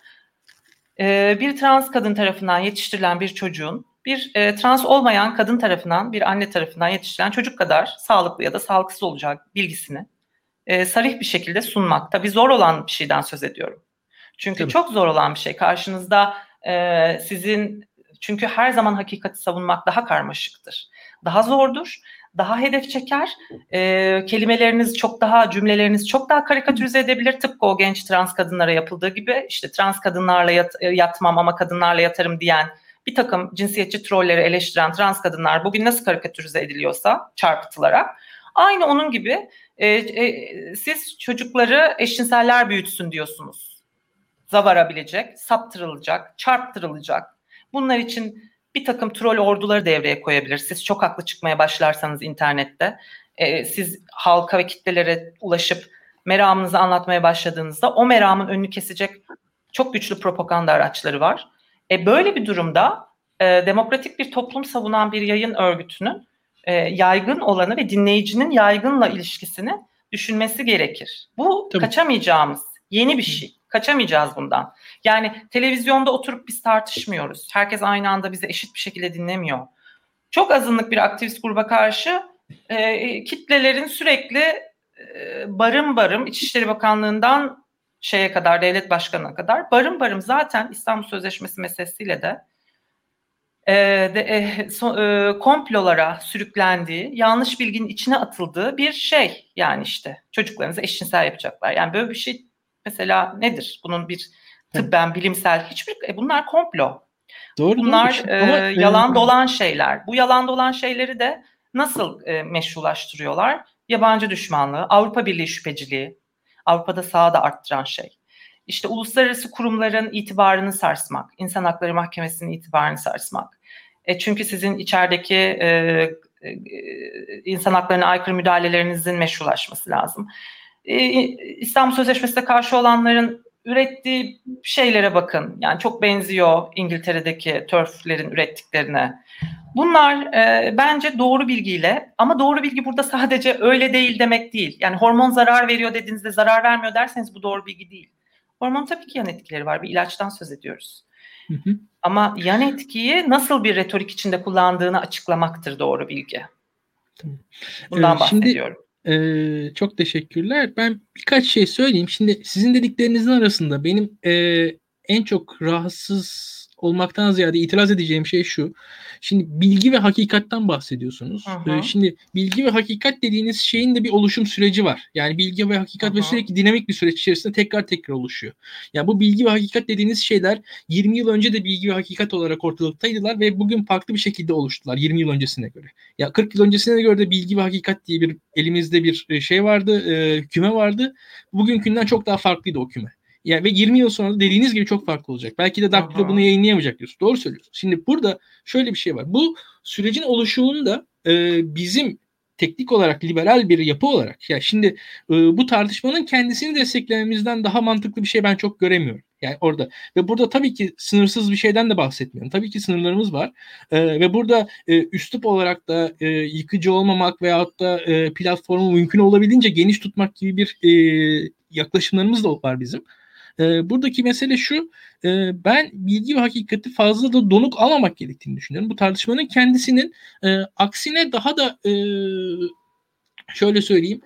Bir trans kadın tarafından yetiştirilen bir çocuğun bir trans olmayan kadın tarafından, bir anne tarafından yetiştirilen çocuk kadar sağlıklı ya da sağlıksız olacak bilgisini sarih bir şekilde sunmak. Tabii zor olan bir şeyden söz ediyorum. Çünkü çok zor olan bir şey. Karşınızda çünkü her zaman hakikati savunmak daha karmaşıktır. Daha zordur. Daha hedef çeker, kelimeleriniz cümleleriniz çok daha karikatürize edebilir. Tıpkı o genç trans kadınlara yapıldığı gibi, trans kadınlarla yatmam ama kadınlarla yatarım diyen bir takım cinsiyetçi trolleri eleştiren trans kadınlar bugün nasıl karikatürize ediliyorsa çarpıtılarak, aynı onun gibi siz çocukları eşcinseller büyütsün diyorsunuz. Zavarabilecek, saptırılacak, çarptırılacak. Bunlar için bir takım troll orduları devreye koyabilir. Siz çok haklı çıkmaya başlarsanız internette, siz halka ve kitlelere ulaşıp meramınızı anlatmaya başladığınızda o meramın önünü kesecek çok güçlü propaganda araçları var. Böyle bir durumda demokratik bir toplum savunan bir yayın örgütünün yaygın olanı ve dinleyicinin yaygınla ilişkisini düşünmesi gerekir. Bu kaçamayacağımız yeni bir şey. Kaçamayacağız bundan. Yani televizyonda oturup biz tartışmıyoruz. Herkes aynı anda bizi eşit bir şekilde dinlemiyor. Çok azınlık bir aktivist gruba karşı kitlelerin sürekli barım İçişleri Bakanlığı'ndan kadar, devlet başkanına kadar barım zaten İstanbul Sözleşmesi meselesiyle de komplolara sürüklendiği, yanlış bilginin içine atıldığı bir şey. Yani işte çocuklarınızı eşcinsel yapacaklar. Yani böyle bir şey mesela nedir? Bunun bir tıbben, bilimsel hiçbir... bunlar komplo. Doğru. Bunlar yalan dolan şeyler. Bu yalan dolan şeyleri de nasıl meşrulaştırıyorlar? Yabancı düşmanlığı, Avrupa Birliği şüpheciliği, Avrupa'da sağı da arttıran şey. İşte uluslararası kurumların itibarını sarsmak, İnsan Hakları Mahkemesi'nin itibarını sarsmak. Çünkü sizin içerideki insan haklarına aykırı müdahalelerinizin meşrulaşması lazım. İstanbul Sözleşmesi'ne karşı olanların ürettiği şeylere bakın. Yani çok benziyor İngiltere'deki TERF'lerin ürettiklerine. Bunlar bence doğru bilgiyle, ama doğru bilgi burada sadece öyle değil demek değil. Yani hormon zarar veriyor dediğinizde zarar vermiyor derseniz bu doğru bilgi değil. Hormon tabii ki yan etkileri var. Bir ilaçtan söz ediyoruz. Ama yan etkiyi nasıl bir retorik içinde kullandığını açıklamaktır doğru bilgi. Bundan bahsediyorum. Şimdi çok teşekkürler. Ben birkaç şey söyleyeyim. Şimdi sizin dediklerinizin arasında benim en çok rahatsız olmaktan ziyade itiraz edeceğim şey şu. Şimdi bilgi ve hakikatten bahsediyorsunuz. Şimdi bilgi ve hakikat dediğiniz şeyin de bir oluşum süreci var. Yani bilgi ve hakikat ve sürekli dinamik bir süreç içerisinde tekrar oluşuyor. Yani bu bilgi ve hakikat dediğiniz şeyler 20 yıl önce de bilgi ve hakikat olarak ortalıktaydılar ve bugün farklı bir şekilde oluştular 20 yıl öncesine göre. Ya 40 yıl öncesine göre de bilgi ve hakikat diye bir elimizde bir şey vardı, küme vardı. Bugünkünden çok daha farklıydı o küme. Yani ve 20 yıl sonra da dediğiniz gibi çok farklı olacak. Belki de Daktilo bunu yayınlayamayacak diyorsun. Doğru söylüyorsun. Şimdi burada şöyle bir şey var. Bu sürecin oluşumunda bizim teknik olarak liberal bir yapı olarak ya şimdi bu tartışmanın kendisini desteklememizden daha mantıklı bir şey ben çok göremiyorum. Yani orada ve burada tabii ki sınırsız bir şeyden de bahsetmiyorum. Tabii ki sınırlarımız var ve burada üslup olarak da yıkıcı olmamak veyahut da platformu mümkün olabildiğince geniş tutmak gibi bir yaklaşımlarımız da var bizim. Buradaki mesele şu, ben bilgi ve hakikati fazla da donuk almamak gerektiğini düşünüyorum. Bu tartışmanın kendisinin aksine daha da şöyle söyleyeyim,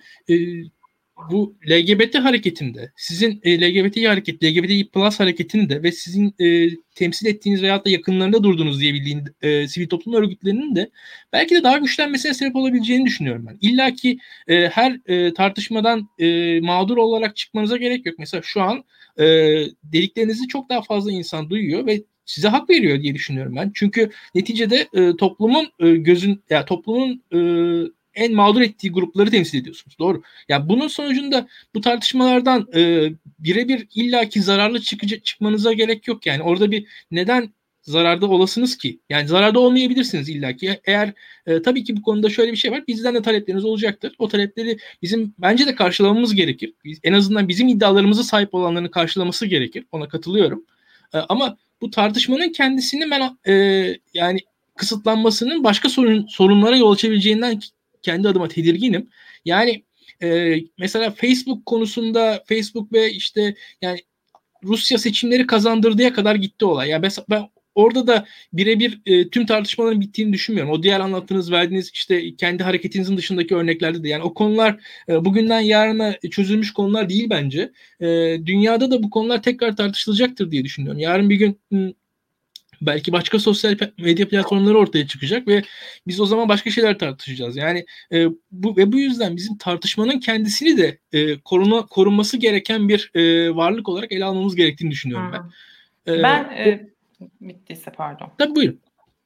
bu LGBT hareketinde, sizin LGBTİ hareket, LGBTİ plus hareketinde ve sizin temsil ettiğiniz veyahut da yakınlarında durduğunuz diyebildiğin sivil toplum örgütlerinin de belki de daha güçlenmesine sebep olabileceğini düşünüyorum ben. İlla ki her tartışmadan mağdur olarak çıkmanıza gerek yok. Mesela şu an dediklerinizi çok daha fazla insan duyuyor ve size hak veriyor diye düşünüyorum ben. Çünkü neticede toplumun toplumun en mağdur ettiği grupları temsil ediyorsunuz. Doğru. Yani bunun sonucunda bu tartışmalardan birebir illaki zararlı çıkmanıza gerek yok. Yani orada bir neden zararda olasınız ki? Yani zararda olmayabilirsiniz illaki. Eğer tabii ki bu konuda şöyle bir şey var. Bizden de talepleriniz olacaktır. O talepleri bizim bence de karşılamamız gerekir. En azından bizim iddialarımıza sahip olanların karşılaması gerekir. Ona katılıyorum. Ama bu tartışmanın kendisini ben yani kısıtlanmasının başka sorunlara yol açabileceğinden kendi adıma tedirginim. Yani mesela Facebook konusunda Facebook ve işte yani Rusya seçimleri kazandırdığı kadar gitti olay. Yani ben orada da birebir tüm tartışmaların bittiğini düşünmüyorum. O diğer anlattığınız, verdiğiniz işte kendi hareketinizin dışındaki örneklerde de. Yani o konular bugünden yarına çözülmüş konular değil bence. Dünyada da bu konular tekrar tartışılacaktır diye düşünüyorum. Yarın bir gün belki başka sosyal medya platformları ortaya çıkacak ve biz o zaman başka şeyler tartışacağız. Yani bu yüzden bizim tartışmanın kendisini de korunması gereken bir varlık olarak ele almamız gerektiğini düşünüyorum ben. Bittiyse pardon. Tabii buyurun.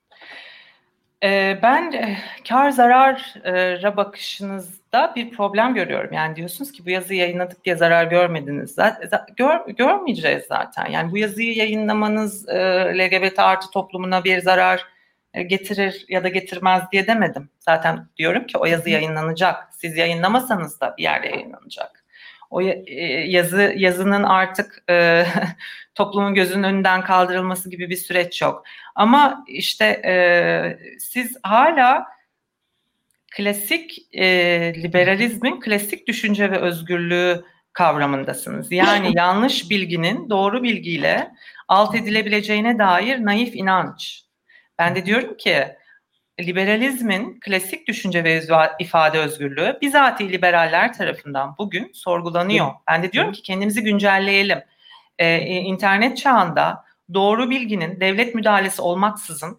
Ben kar zarara bakışınızda bir problem görüyorum. Yani diyorsunuz ki bu yazıyı yayınladık diye zarar görmediniz. Görmeyeceğiz zaten. Yani bu yazıyı yayınlamanız LGBT artı toplumuna bir zarar getirir ya da getirmez diye demedim. Zaten diyorum ki o yazı yayınlanacak. Siz yayınlamasanız da bir yerde yayınlanacak. O yazının artık toplumun gözünün önünden kaldırılması gibi bir süreç yok. Ama işte siz hala klasik liberalizmin klasik düşünce ve özgürlüğü kavramındasınız. Yani yanlış bilginin doğru bilgiyle alt edilebileceğine dair naif inanç. Ben de diyorum ki liberalizmin klasik düşünce ve ifade özgürlüğü bizatihi liberaller tarafından bugün sorgulanıyor. Ben de diyorum ki kendimizi güncelleyelim. İnternet çağında doğru bilginin devlet müdahalesi olmaksızın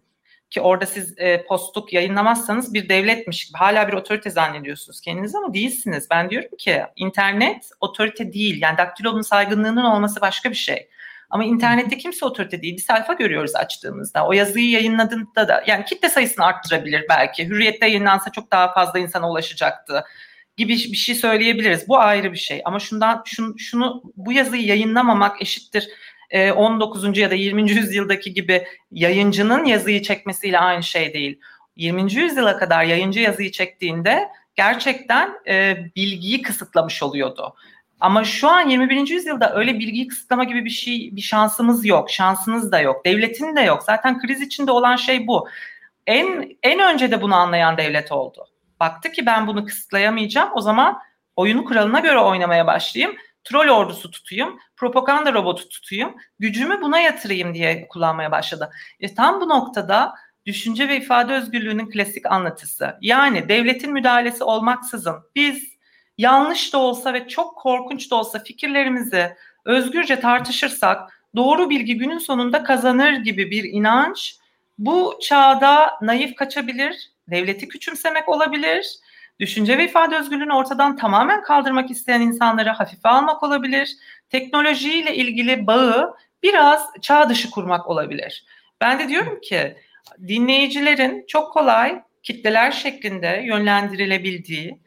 ki orada siz postluk yayınlamazsanız bir devletmiş gibi hala bir otorite zannediyorsunuz kendiniz ama değilsiniz. Ben diyorum ki internet otorite değil. Yani daktilonun saygınlığının olması başka bir şey. Ama internette kimse otorite değil. Bir sayfa görüyoruz açtığımızda. O yazıyı yayınladığında da yani kitle sayısını arttırabilir belki. Hürriyet'te yayınlansa çok daha fazla insana ulaşacaktı gibi bir şey söyleyebiliriz. Bu ayrı bir şey. Ama şunu bu yazıyı yayınlamamak eşittir 19. ya da 20. yüzyıldaki gibi yayıncının yazıyı çekmesiyle aynı şey değil. 20. yüzyıla kadar yayıncı yazıyı çektiğinde gerçekten bilgiyi kısıtlamış oluyordu. Ama şu an 21. yüzyılda öyle bilgiyi kısıtlama gibi bir şansımız yok. Şansınız da yok. Devletin de yok. Zaten kriz içinde olan şey bu. En önce de bunu anlayan devlet oldu. Baktı ki ben bunu kısıtlayamayacağım. O zaman oyunu kuralına göre oynamaya başlayayım. Troll ordusu tutayım. Propaganda robotu tutayım. Gücümü buna yatırayım diye kullanmaya başladı. Tam bu noktada düşünce ve ifade özgürlüğünün klasik anlatısı. Yani devletin müdahalesi olmaksızın biz yanlış da olsa ve çok korkunç da olsa fikirlerimizi özgürce tartışırsak doğru bilgi günün sonunda kazanır gibi bir inanç bu çağda naif kaçabilir, devleti küçümsemek olabilir, düşünce ve ifade özgürlüğünü ortadan tamamen kaldırmak isteyen insanları hafife almak olabilir, teknolojiyle ilgili bağı biraz çağ dışı kurmak olabilir. Ben de diyorum ki dinleyicilerin çok kolay kitleler şeklinde yönlendirilebildiği,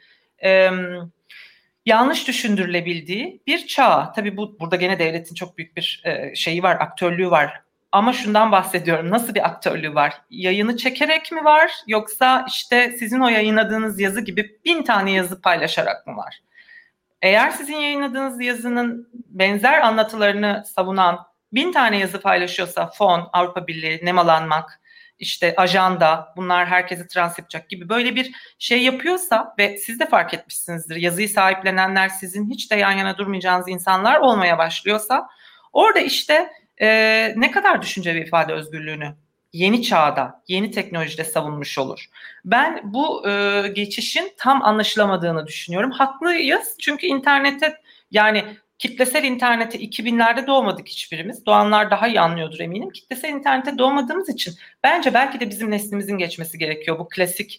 yanlış düşündürülebildiği bir çağ. Tabii burada gene devletin çok büyük bir şeyi var, aktörlüğü var. Ama şundan bahsediyorum. Nasıl bir aktörlüğü var? Yayını çekerek mi var? Yoksa işte sizin o yayınladığınız yazı gibi 1000 tane yazı paylaşarak mı var? Eğer sizin yayınladığınız yazının benzer anlatılarını savunan 1000 tane yazı paylaşıyorsa fon, Avrupa Birliği, nemalanmak, işte ajanda, bunlar herkesi trans yapacak gibi böyle bir şey yapıyorsa ve siz de fark etmişsinizdir, yazıyı sahiplenenler sizin hiç de yan yana durmayacağınız insanlar olmaya başlıyorsa orada işte ne kadar düşünce ve ifade özgürlüğünü yeni çağda, yeni teknolojide savunmuş olur. Ben bu geçişin tam anlaşılamadığını düşünüyorum. Haklıyız çünkü internete yani kitlesel internete 2000'lerde doğmadık hiçbirimiz. Doğanlar daha iyi anlıyordur eminim. Kitlesel internete doğmadığımız için bence belki de bizim neslimizin geçmesi gerekiyor. Bu klasik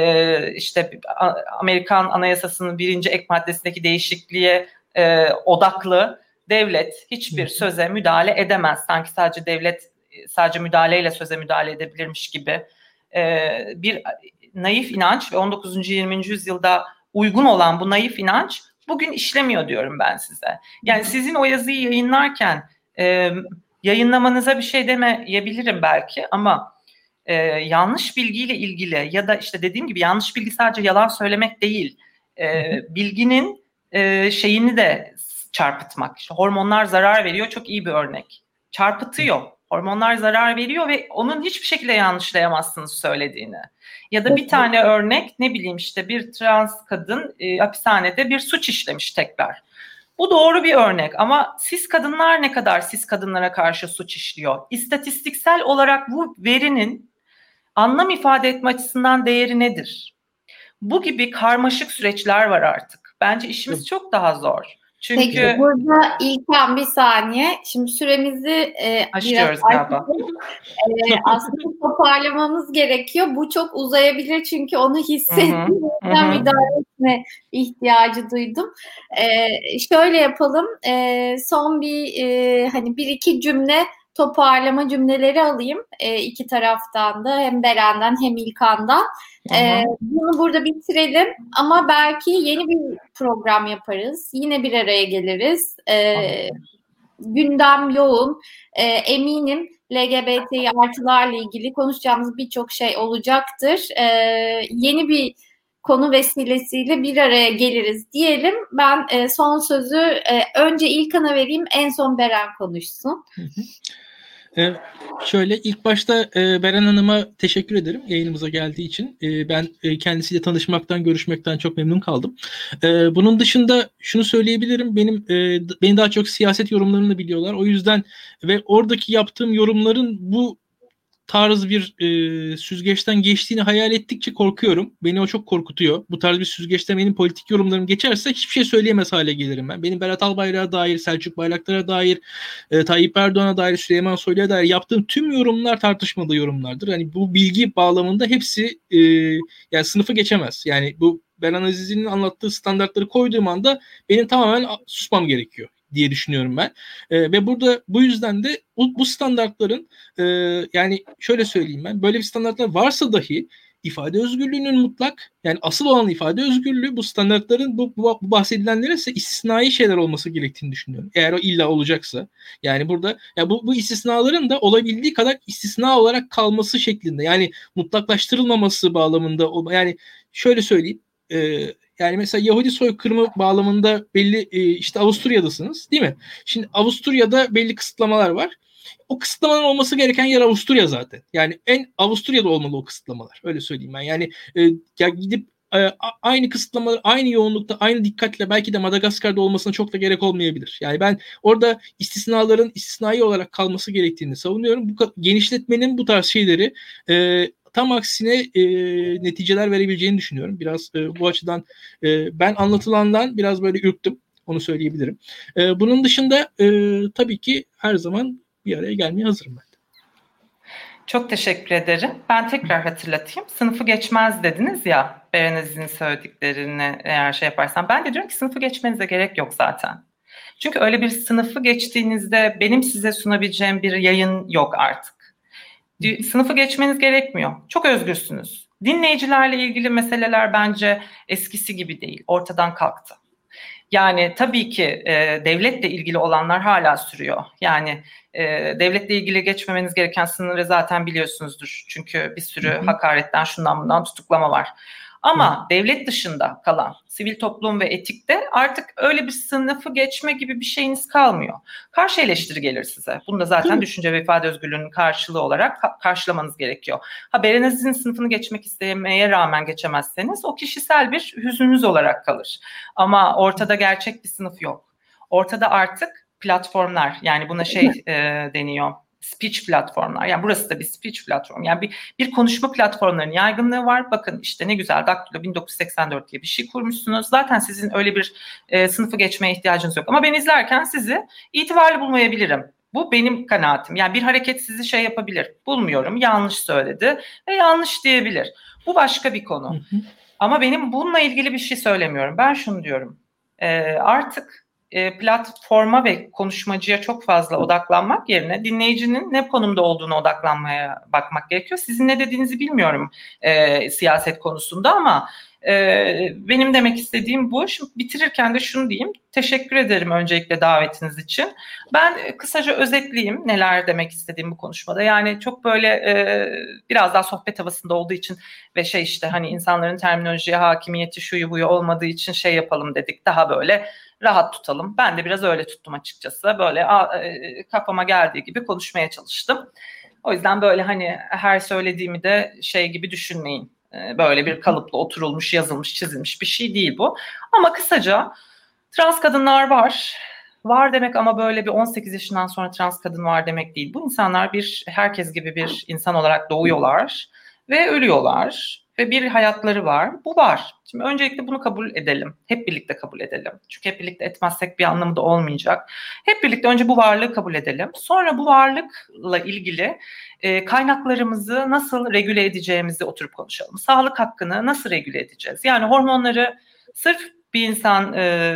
işte Amerikan Anayasası'nın 1. ek maddesindeki değişikliğe odaklı devlet hiçbir söze müdahale edemez. Sanki sadece devlet sadece müdahaleyle söze müdahale edebilirmiş gibi bir naif inanç ve 19. 20. yüzyılda uygun olan bu naif inanç bugün işlemiyor diyorum ben size. Yani sizin o yazıyı yayınlarken yayınlamanıza bir şey demeyebilirim belki ama yanlış bilgiyle ilgili ya da işte dediğim gibi yanlış bilgi sadece yalan söylemek değil. Bilginin şeyini de çarpıtmak. İşte hormonlar zarar veriyor çok iyi bir örnek. Çarpıtıyor. Hormonlar zarar veriyor ve onun hiçbir şekilde yanlışlayamazsınız söylediğini. Ya da bir tane örnek ne bileyim işte bir trans kadın hapishanede bir suç işlemiş tekrar. Bu doğru bir örnek ama cis kadınlar ne kadar cis kadınlara karşı suç işliyor? İstatistiksel olarak bu verinin anlam ifade etme açısından değeri nedir? Bu gibi karmaşık süreçler var artık. Bence işimiz çok daha zor. Çünkü peki burada İlkan bir saniye. Şimdi süremizi aşıyoruz galiba. Aslında toparlamamız gerekiyor. Bu çok uzayabilir çünkü onu hissettim. Müdahale etme ihtiyacı duydum. Şöyle yapalım. Son hani bir iki cümle toparlama cümleleri alayım. İki taraftan da hem Beren'den hem İlkan'dan. Bunu burada bitirelim ama belki yeni bir program yaparız. Yine bir araya geliriz. Gündem yoğun. Eminim LGBTİ artılarla ilgili konuşacağımız birçok şey olacaktır. Yeni bir konu vesilesiyle bir araya geliriz diyelim. Ben son sözü önce İlkan'a vereyim, en son Beren konuşsun. Şöyle ilk başta Beren Hanım'a teşekkür ederim yayınımıza geldiği için. Ben kendisiyle tanışmaktan, görüşmekten çok memnun kaldım. Bunun dışında şunu söyleyebilirim. Beni daha çok siyaset yorumlarını biliyorlar. O yüzden ve oradaki yaptığım yorumların bu tarz bir süzgeçten geçtiğini hayal ettikçe korkuyorum. Beni o çok korkutuyor. Bu tarz bir süzgeçten benim politik yorumlarım geçerse hiçbir şey söyleyemez hale gelirim ben. Benim Berat Albayrak'a dair, Selçuk Bayraktar'a dair, Tayyip Erdoğan'a dair, Süleyman Soylu'ya dair yaptığım tüm yorumlar tartışmalı yorumlardır. Hani bu bilgi bağlamında hepsi yani sınıfı geçemez. Yani bu Beran Aziz'in anlattığı standartları koyduğum anda benim tamamen susmam gerekiyor diye düşünüyorum ben. Ve burada bu yüzden de bu standartların yani şöyle söyleyeyim ben, böyle bir standartlar varsa dahi ifade özgürlüğünün mutlak, yani asıl olan ifade özgürlüğü, bu standartların bu bahsedilenlere ise istisnai şeyler olması gerektiğini düşünüyorum. Eğer o illa olacaksa. Yani burada ya bu istisnaların da olabildiği kadar istisna olarak kalması şeklinde. Yani mutlaklaştırılmaması bağlamında, yani şöyle söyleyeyim. Yani mesela Yahudi soykırımı bağlamında belli işte Avusturya'dasınız değil mi? Şimdi Avusturya'da belli kısıtlamalar var. O kısıtlamaların olması gereken yer Avusturya zaten. Yani Avusturya'da olmalı o kısıtlamalar. Öyle söyleyeyim ben. Yani ya gidip aynı kısıtlamalar, aynı yoğunlukta, aynı dikkatle belki de Madagaskar'da olmasına çok da gerek olmayabilir. Yani ben orada istisnaların istisnai olarak kalması gerektiğini savunuyorum. Bu genişletmenin bu tarz şeyleri tam aksine neticeler verebileceğini düşünüyorum. Biraz bu açıdan ben anlatılandan biraz böyle ürktüm. Onu söyleyebilirim. Bunun dışında tabii ki her zaman bir araya gelmeye hazırım ben. Çok teşekkür ederim. Ben tekrar hatırlatayım. Sınıfı geçmez dediniz ya, Beren Aziz'in söylediklerini eğer şey yaparsam. Ben de diyorum ki sınıfı geçmenize gerek yok zaten. Çünkü öyle bir sınıfı geçtiğinizde benim size sunabileceğim bir yayın yok artık. Sınıfı geçmeniz gerekmiyor. Çok özgürsünüz. Dinleyicilerle ilgili meseleler bence eskisi gibi değil. Ortadan kalktı. Yani tabii ki devletle ilgili olanlar hala sürüyor. Yani devletle ilgili geçmemeniz gereken sınırı zaten biliyorsunuzdur. Çünkü bir sürü hakaretten, şundan bundan tutuklama var. Ama devlet dışında kalan sivil toplum ve etikte artık öyle bir sınıfı geçme gibi bir şeyiniz kalmıyor. Karşı eleştiri gelir size. Bunu da zaten düşünce ve ifade özgürlüğünün karşılığı olarak karşılamanız gerekiyor. Beren Aziz'in sınıfını geçmek istemeye rağmen geçemezseniz o kişisel bir hüznünüz olarak kalır. Ama ortada gerçek bir sınıf yok. Ortada artık platformlar, yani buna deniyor. Speech platformlar. Yani burası da bir speech platform. Yani bir konuşma platformlarının yaygınlığı var. Bakın işte ne güzel, Daktilo 1984 diye bir şey kurmuşsunuz. Zaten sizin öyle bir sınıfı geçmeye ihtiyacınız yok. Ama ben izlerken sizi itibarlı bulmayabilirim. Bu benim kanaatim. Yani bir hareket sizi yapabilir. Bulmuyorum, yanlış söyledi ve yanlış diyebilir. Bu başka bir konu. Ama benim bununla ilgili bir şey söylemiyorum. Ben şunu diyorum. Artık platforma ve konuşmacıya çok fazla odaklanmak yerine dinleyicinin ne konumda olduğuna odaklanmaya bakmak gerekiyor. Sizin ne dediğinizi bilmiyorum siyaset konusunda ama benim demek istediğim bu. Şimdi bitirirken de şunu diyeyim. Teşekkür ederim öncelikle davetiniz için. Ben kısaca özetleyeyim neler demek istediğim bu konuşmada. Yani çok böyle biraz daha sohbet havasında olduğu için ve hani insanların terminolojiye hakimiyeti şuyu buyu olmadığı için yapalım dedik. Daha böyle rahat tutalım. Ben de biraz öyle tuttum açıkçası. Böyle kafama geldiği gibi konuşmaya çalıştım. O yüzden böyle her söylediğimi de gibi düşünmeyin. Böyle bir kalıpla oturulmuş, yazılmış, çizilmiş bir şey değil bu. Ama kısaca trans kadınlar var. Var demek ama böyle bir 18 yaşından sonra trans kadın var demek değil. Bu insanlar herkes gibi bir insan olarak doğuyorlar ve ölüyorlar. Ve bir hayatları var. Bu var. Şimdi öncelikle bunu kabul edelim. Hep birlikte kabul edelim. Çünkü hep birlikte etmezsek bir anlamı da olmayacak. Hep birlikte önce bu varlığı kabul edelim. Sonra bu varlıkla ilgili kaynaklarımızı nasıl regüle edeceğimizi oturup konuşalım. Sağlık hakkını nasıl regüle edeceğiz? Yani hormonları sırf bir insan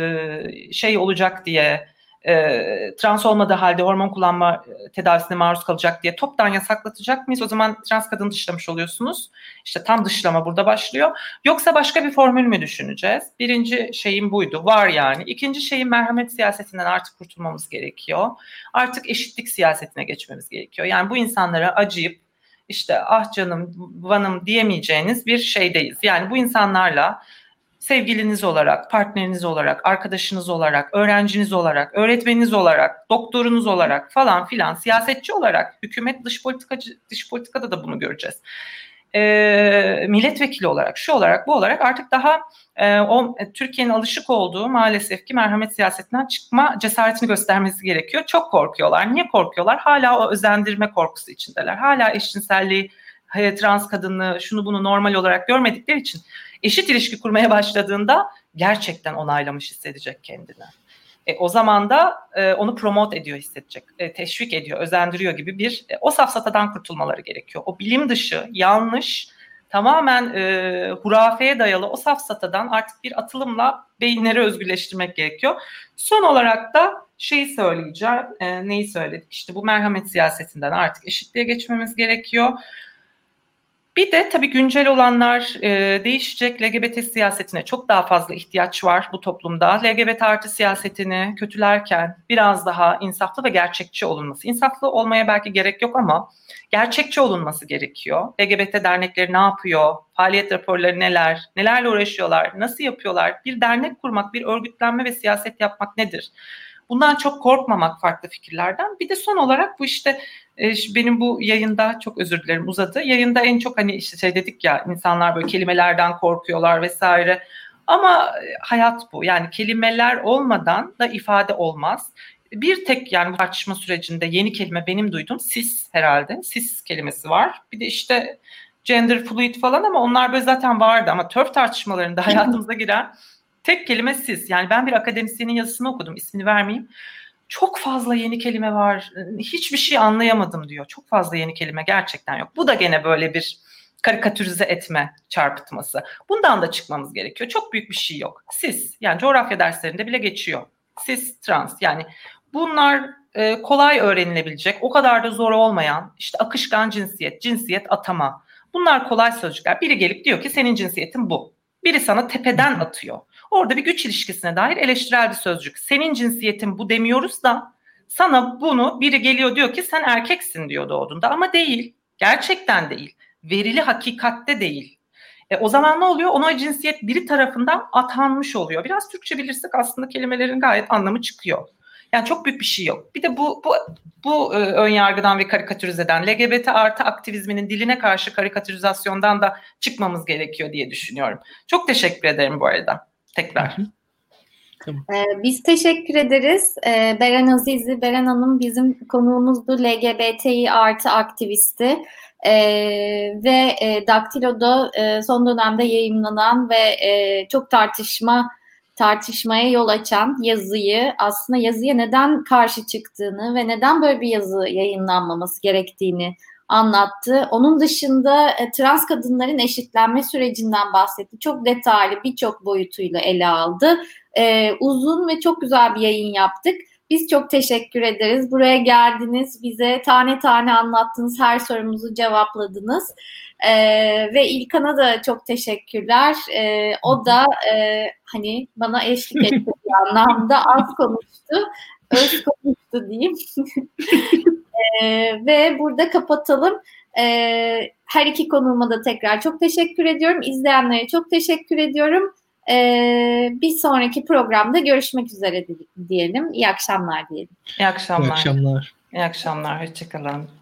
olacak diye trans olmadığı halde hormon kullanma tedavisine maruz kalacak diye toptan yasaklatacak mıyız? O zaman trans kadını dışlamış oluyorsunuz. İşte tam dışlama burada başlıyor. Yoksa başka bir formül mü düşüneceğiz? Birinci şeyim buydu. Var yani. İkinci şeyim merhamet siyasetinden artık kurtulmamız gerekiyor. Artık eşitlik siyasetine geçmemiz gerekiyor. Yani bu insanlara acıyıp ah canım, vanım diyemeyeceğiniz bir şeydeyiz. Yani bu insanlarla sevgiliniz olarak, partneriniz olarak, arkadaşınız olarak, öğrenciniz olarak, öğretmeniniz olarak, doktorunuz olarak falan filan, siyasetçi olarak, hükümet dış politikada da bunu göreceğiz. milletvekili olarak, şu olarak, bu olarak artık daha Türkiye'nin alışık olduğu maalesef ki merhamet siyasetinden çıkma cesaretini göstermesi gerekiyor. Çok korkuyorlar. Niye korkuyorlar? Hala o özendirme korkusu içindeler. Hala eşcinselliği, trans kadını, şunu bunu normal olarak görmedikleri için eşit ilişki kurmaya başladığında gerçekten onaylamış hissedecek kendini. O zaman da onu promote ediyor hissedecek, teşvik ediyor, özendiriyor gibi bir o safsatadan kurtulmaları gerekiyor. O bilim dışı, yanlış, tamamen hurafeye dayalı o safsatadan artık bir atılımla beyinleri özgürleştirmek gerekiyor. Son olarak da şeyi söyleyeceğim, neyi söyledik? İşte bu merhamet siyasetinden artık eşitliğe geçmemiz gerekiyor. Bir de tabii güncel olanlar değişecek. LGBT siyasetine çok daha fazla ihtiyaç var bu toplumda. LGBT artı siyasetini kötülerken biraz daha insaflı ve gerçekçi olunması. İnsaflı olmaya belki gerek yok ama gerçekçi olunması gerekiyor. LGBT dernekleri ne yapıyor? Faaliyet raporları neler? Nelerle uğraşıyorlar? Nasıl yapıyorlar? Bir dernek kurmak, bir örgütlenme ve siyaset yapmak nedir? Bundan çok korkmamak farklı fikirlerden. Bir de son olarak bu işte benim bu yayında, çok özür dilerim uzadı. Yayında en çok hani işte şey dedik ya, insanlar böyle kelimelerden korkuyorlar vesaire. Ama hayat bu. Yani kelimeler olmadan da ifade olmaz. Bir tek yani bu tartışma sürecinde yeni kelime benim duyduğum cis herhalde. Cis kelimesi var. Bir de işte gender fluid falan ama onlar böyle zaten vardı. Ama TERF tartışmalarında hayatımıza giren tek kelime cis. Yani ben bir akademisyenin yazısını okudum, ismini vermeyeyim. Çok fazla yeni kelime var. Hiçbir şey anlayamadım diyor. Çok fazla yeni kelime gerçekten yok. Bu da gene böyle bir karikatürize etme çarpıtması. Bundan da çıkmamız gerekiyor. Çok büyük bir şey yok. Cis, yani coğrafya derslerinde bile geçiyor. Cis, trans, yani bunlar kolay öğrenilebilecek, o kadar da zor olmayan, işte akışkan cinsiyet, cinsiyet atama. Bunlar kolay sözcükler. Biri gelip diyor ki senin cinsiyetin bu. Biri sana tepeden atıyor. Orada bir güç ilişkisine dair eleştirel bir sözcük. Senin cinsiyetin bu demiyoruz da sana bunu biri geliyor diyor ki sen erkeksin diyor doğduğunda, ama değil. Gerçekten değil. Verili hakikatte değil. O zaman ne oluyor? Ona cinsiyet biri tarafından atanmış oluyor. Biraz Türkçe bilirsek aslında kelimelerin gayet anlamı çıkıyor. Yani çok büyük bir şey yok. Bir de bu ön yargıdan ve karikatürizeden, LGBT artı aktivizminin diline karşı karikatürizasyondan da çıkmamız gerekiyor diye düşünüyorum. Çok teşekkür ederim bu arada. Tekrar. Tamam. Biz teşekkür ederiz. Beren Azizli, Beren Hanım bizim konuğumuzdu. LGBTİ artı aktivisti. Ve Daktilo'da son dönemde yayımlanan ve çok tartışmaya yol açan yazıyı, aslında yazıya neden karşı çıktığını ve neden böyle bir yazı yayınlanmaması gerektiğini anlattı. Onun dışında trans kadınların eşitlenme sürecinden bahsetti. Çok detaylı, birçok boyutuyla ele aldı. Uzun ve çok güzel bir yayın yaptık. Biz çok teşekkür ederiz. Buraya geldiniz, bize tane tane anlattınız, her sorumuzu cevapladınız. Ve İlkan'a da çok teşekkürler. O da hani bana eşlik etti bir anlamda, az konuştu, öz konuştu diyeyim. Ve burada kapatalım. Her iki konuğuma da tekrar çok teşekkür ediyorum. İzleyenlere çok teşekkür ediyorum. Bir sonraki programda görüşmek üzere diyelim. İyi akşamlar diyelim. İyi akşamlar. İyi akşamlar. İyi akşamlar. Hoşçakalın.